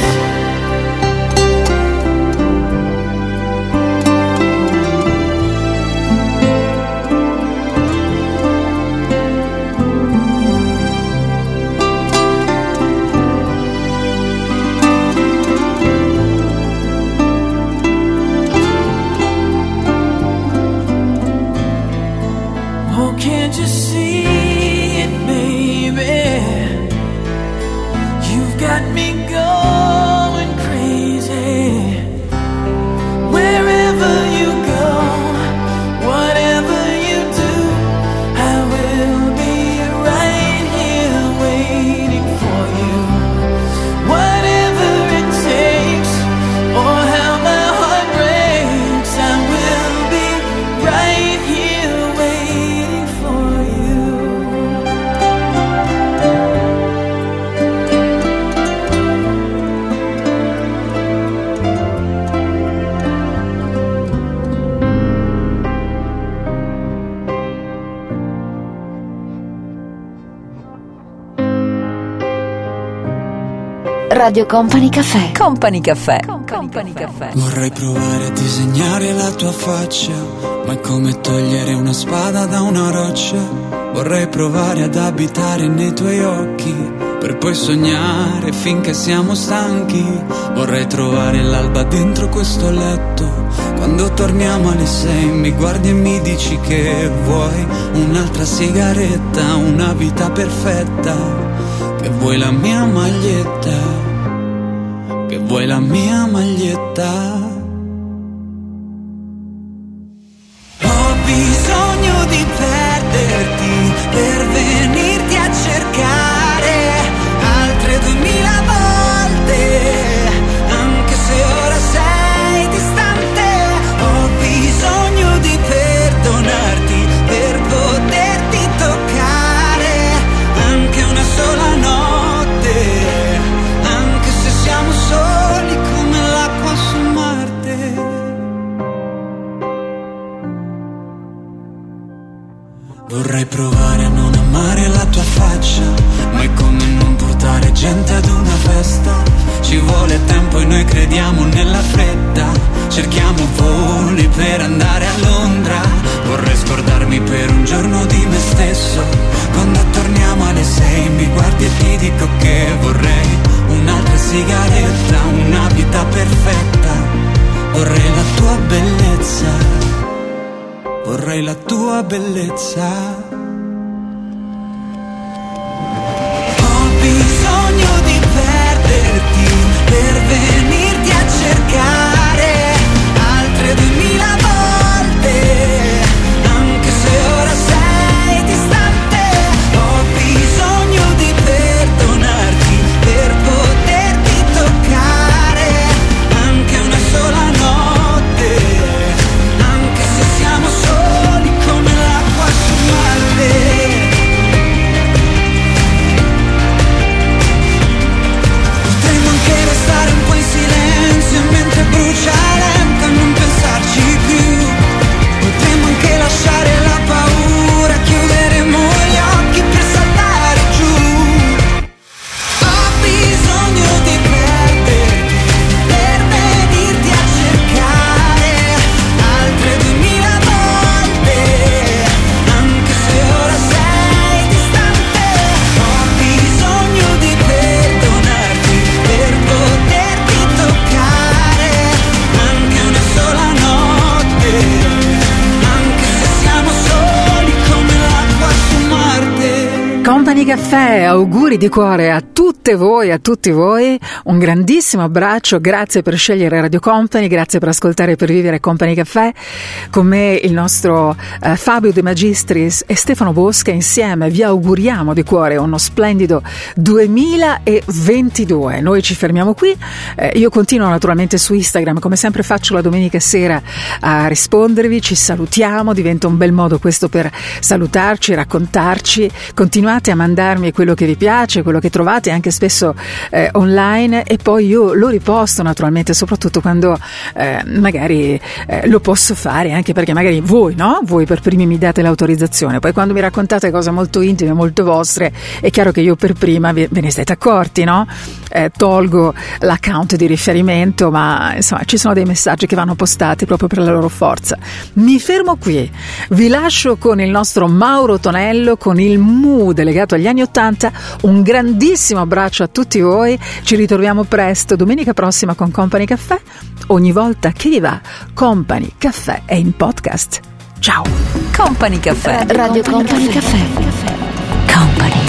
Oh, can't you see? Got me going crazy. Wherever you go, whatever you do, I will be right here waiting for you. Whatever it takes, or how my heart breaks, I will be right here waiting for you. Radio Company Café. Company Café. Company Café. Vorrei provare a disegnare la tua faccia, ma è come togliere una spada da una roccia. Vorrei provare ad abitare nei tuoi occhi, per poi sognare finché siamo stanchi. Vorrei trovare l'alba dentro questo letto, quando torniamo alle 6 mi guardi e mi dici che vuoi un'altra sigaretta, una vita perfetta, che vuoi la mia maglietta, che vuoi la mia maglietta. Ho bisogno di perderti per venirti a cercare. Vorrei provare a non amare la tua faccia, ma è come non portare gente ad una festa. Ci vuole tempo e noi crediamo nella fretta. Cerchiamo voli per andare a Londra. Vorrei scordarmi per un giorno di me stesso. Quando torniamo alle 6 mi guardi e ti dico che vorrei un'altra sigaretta, una vita perfetta. Vorrei la tua bellezza, vorrei la tua bellezza. Ho bisogno di perderti per venirti a cercare altre 2000 volte, anche se ora sei distante. Ho bisogno di perdonarti per poterti toccare anche una sola notte, anche se siamo soli come l'acqua su Marte. Potremmo anche restare un po' in silenzio mentre brucia lenta, non pensarci più. Potremmo anche lasciare la paura, chiuderemo gli occhi per saltare giù. Ho bisogno di perderti per venirti a cercare altre 2000 volte, anche se ora sei distante. Ho bisogno di perdonarti per poterti toccare anche una sola notte, anche se siamo soli come l'acqua su Marte. Company Caffè, auguri di cuore a tutte voi, a tutti voi, un grandissimo abbraccio, grazie per scegliere Radio Company, grazie per ascoltare e per vivere Company Caffè. Con me il nostro Fabio De Magistris e Stefano Bosca, insieme vi auguriamo di cuore uno splendido 2022. Noi ci fermiamo qui, io continuo naturalmente su Instagram, come sempre faccio la domenica sera a rispondervi, ci salutiamo, diventa un bel modo questo per salutarci, raccontarci, continuate a mandarmi quello che vi piace, quello che trovate anche spesso online, e poi io lo riposto naturalmente, soprattutto quando magari lo posso fare, anche perché magari voi, no? Voi per primi mi date l'autorizzazione, poi quando mi raccontate cose molto intime, molto vostre, è chiaro che io per prima ve ne siete accorti, no? Tolgo l'account di riferimento, ma insomma ci sono dei messaggi che vanno postati proprio per la loro forza. Mi fermo qui, vi lascio con il nostro Mauro Tonello, con il mood legato agli anni '80. Un grandissimo abbraccio a tutti voi, ci ritroviamo presto domenica prossima con Company Caffè. Ogni volta che vi va, Company Caffè è in podcast. Ciao. Company Caffè. Radio Company Caffè. Company.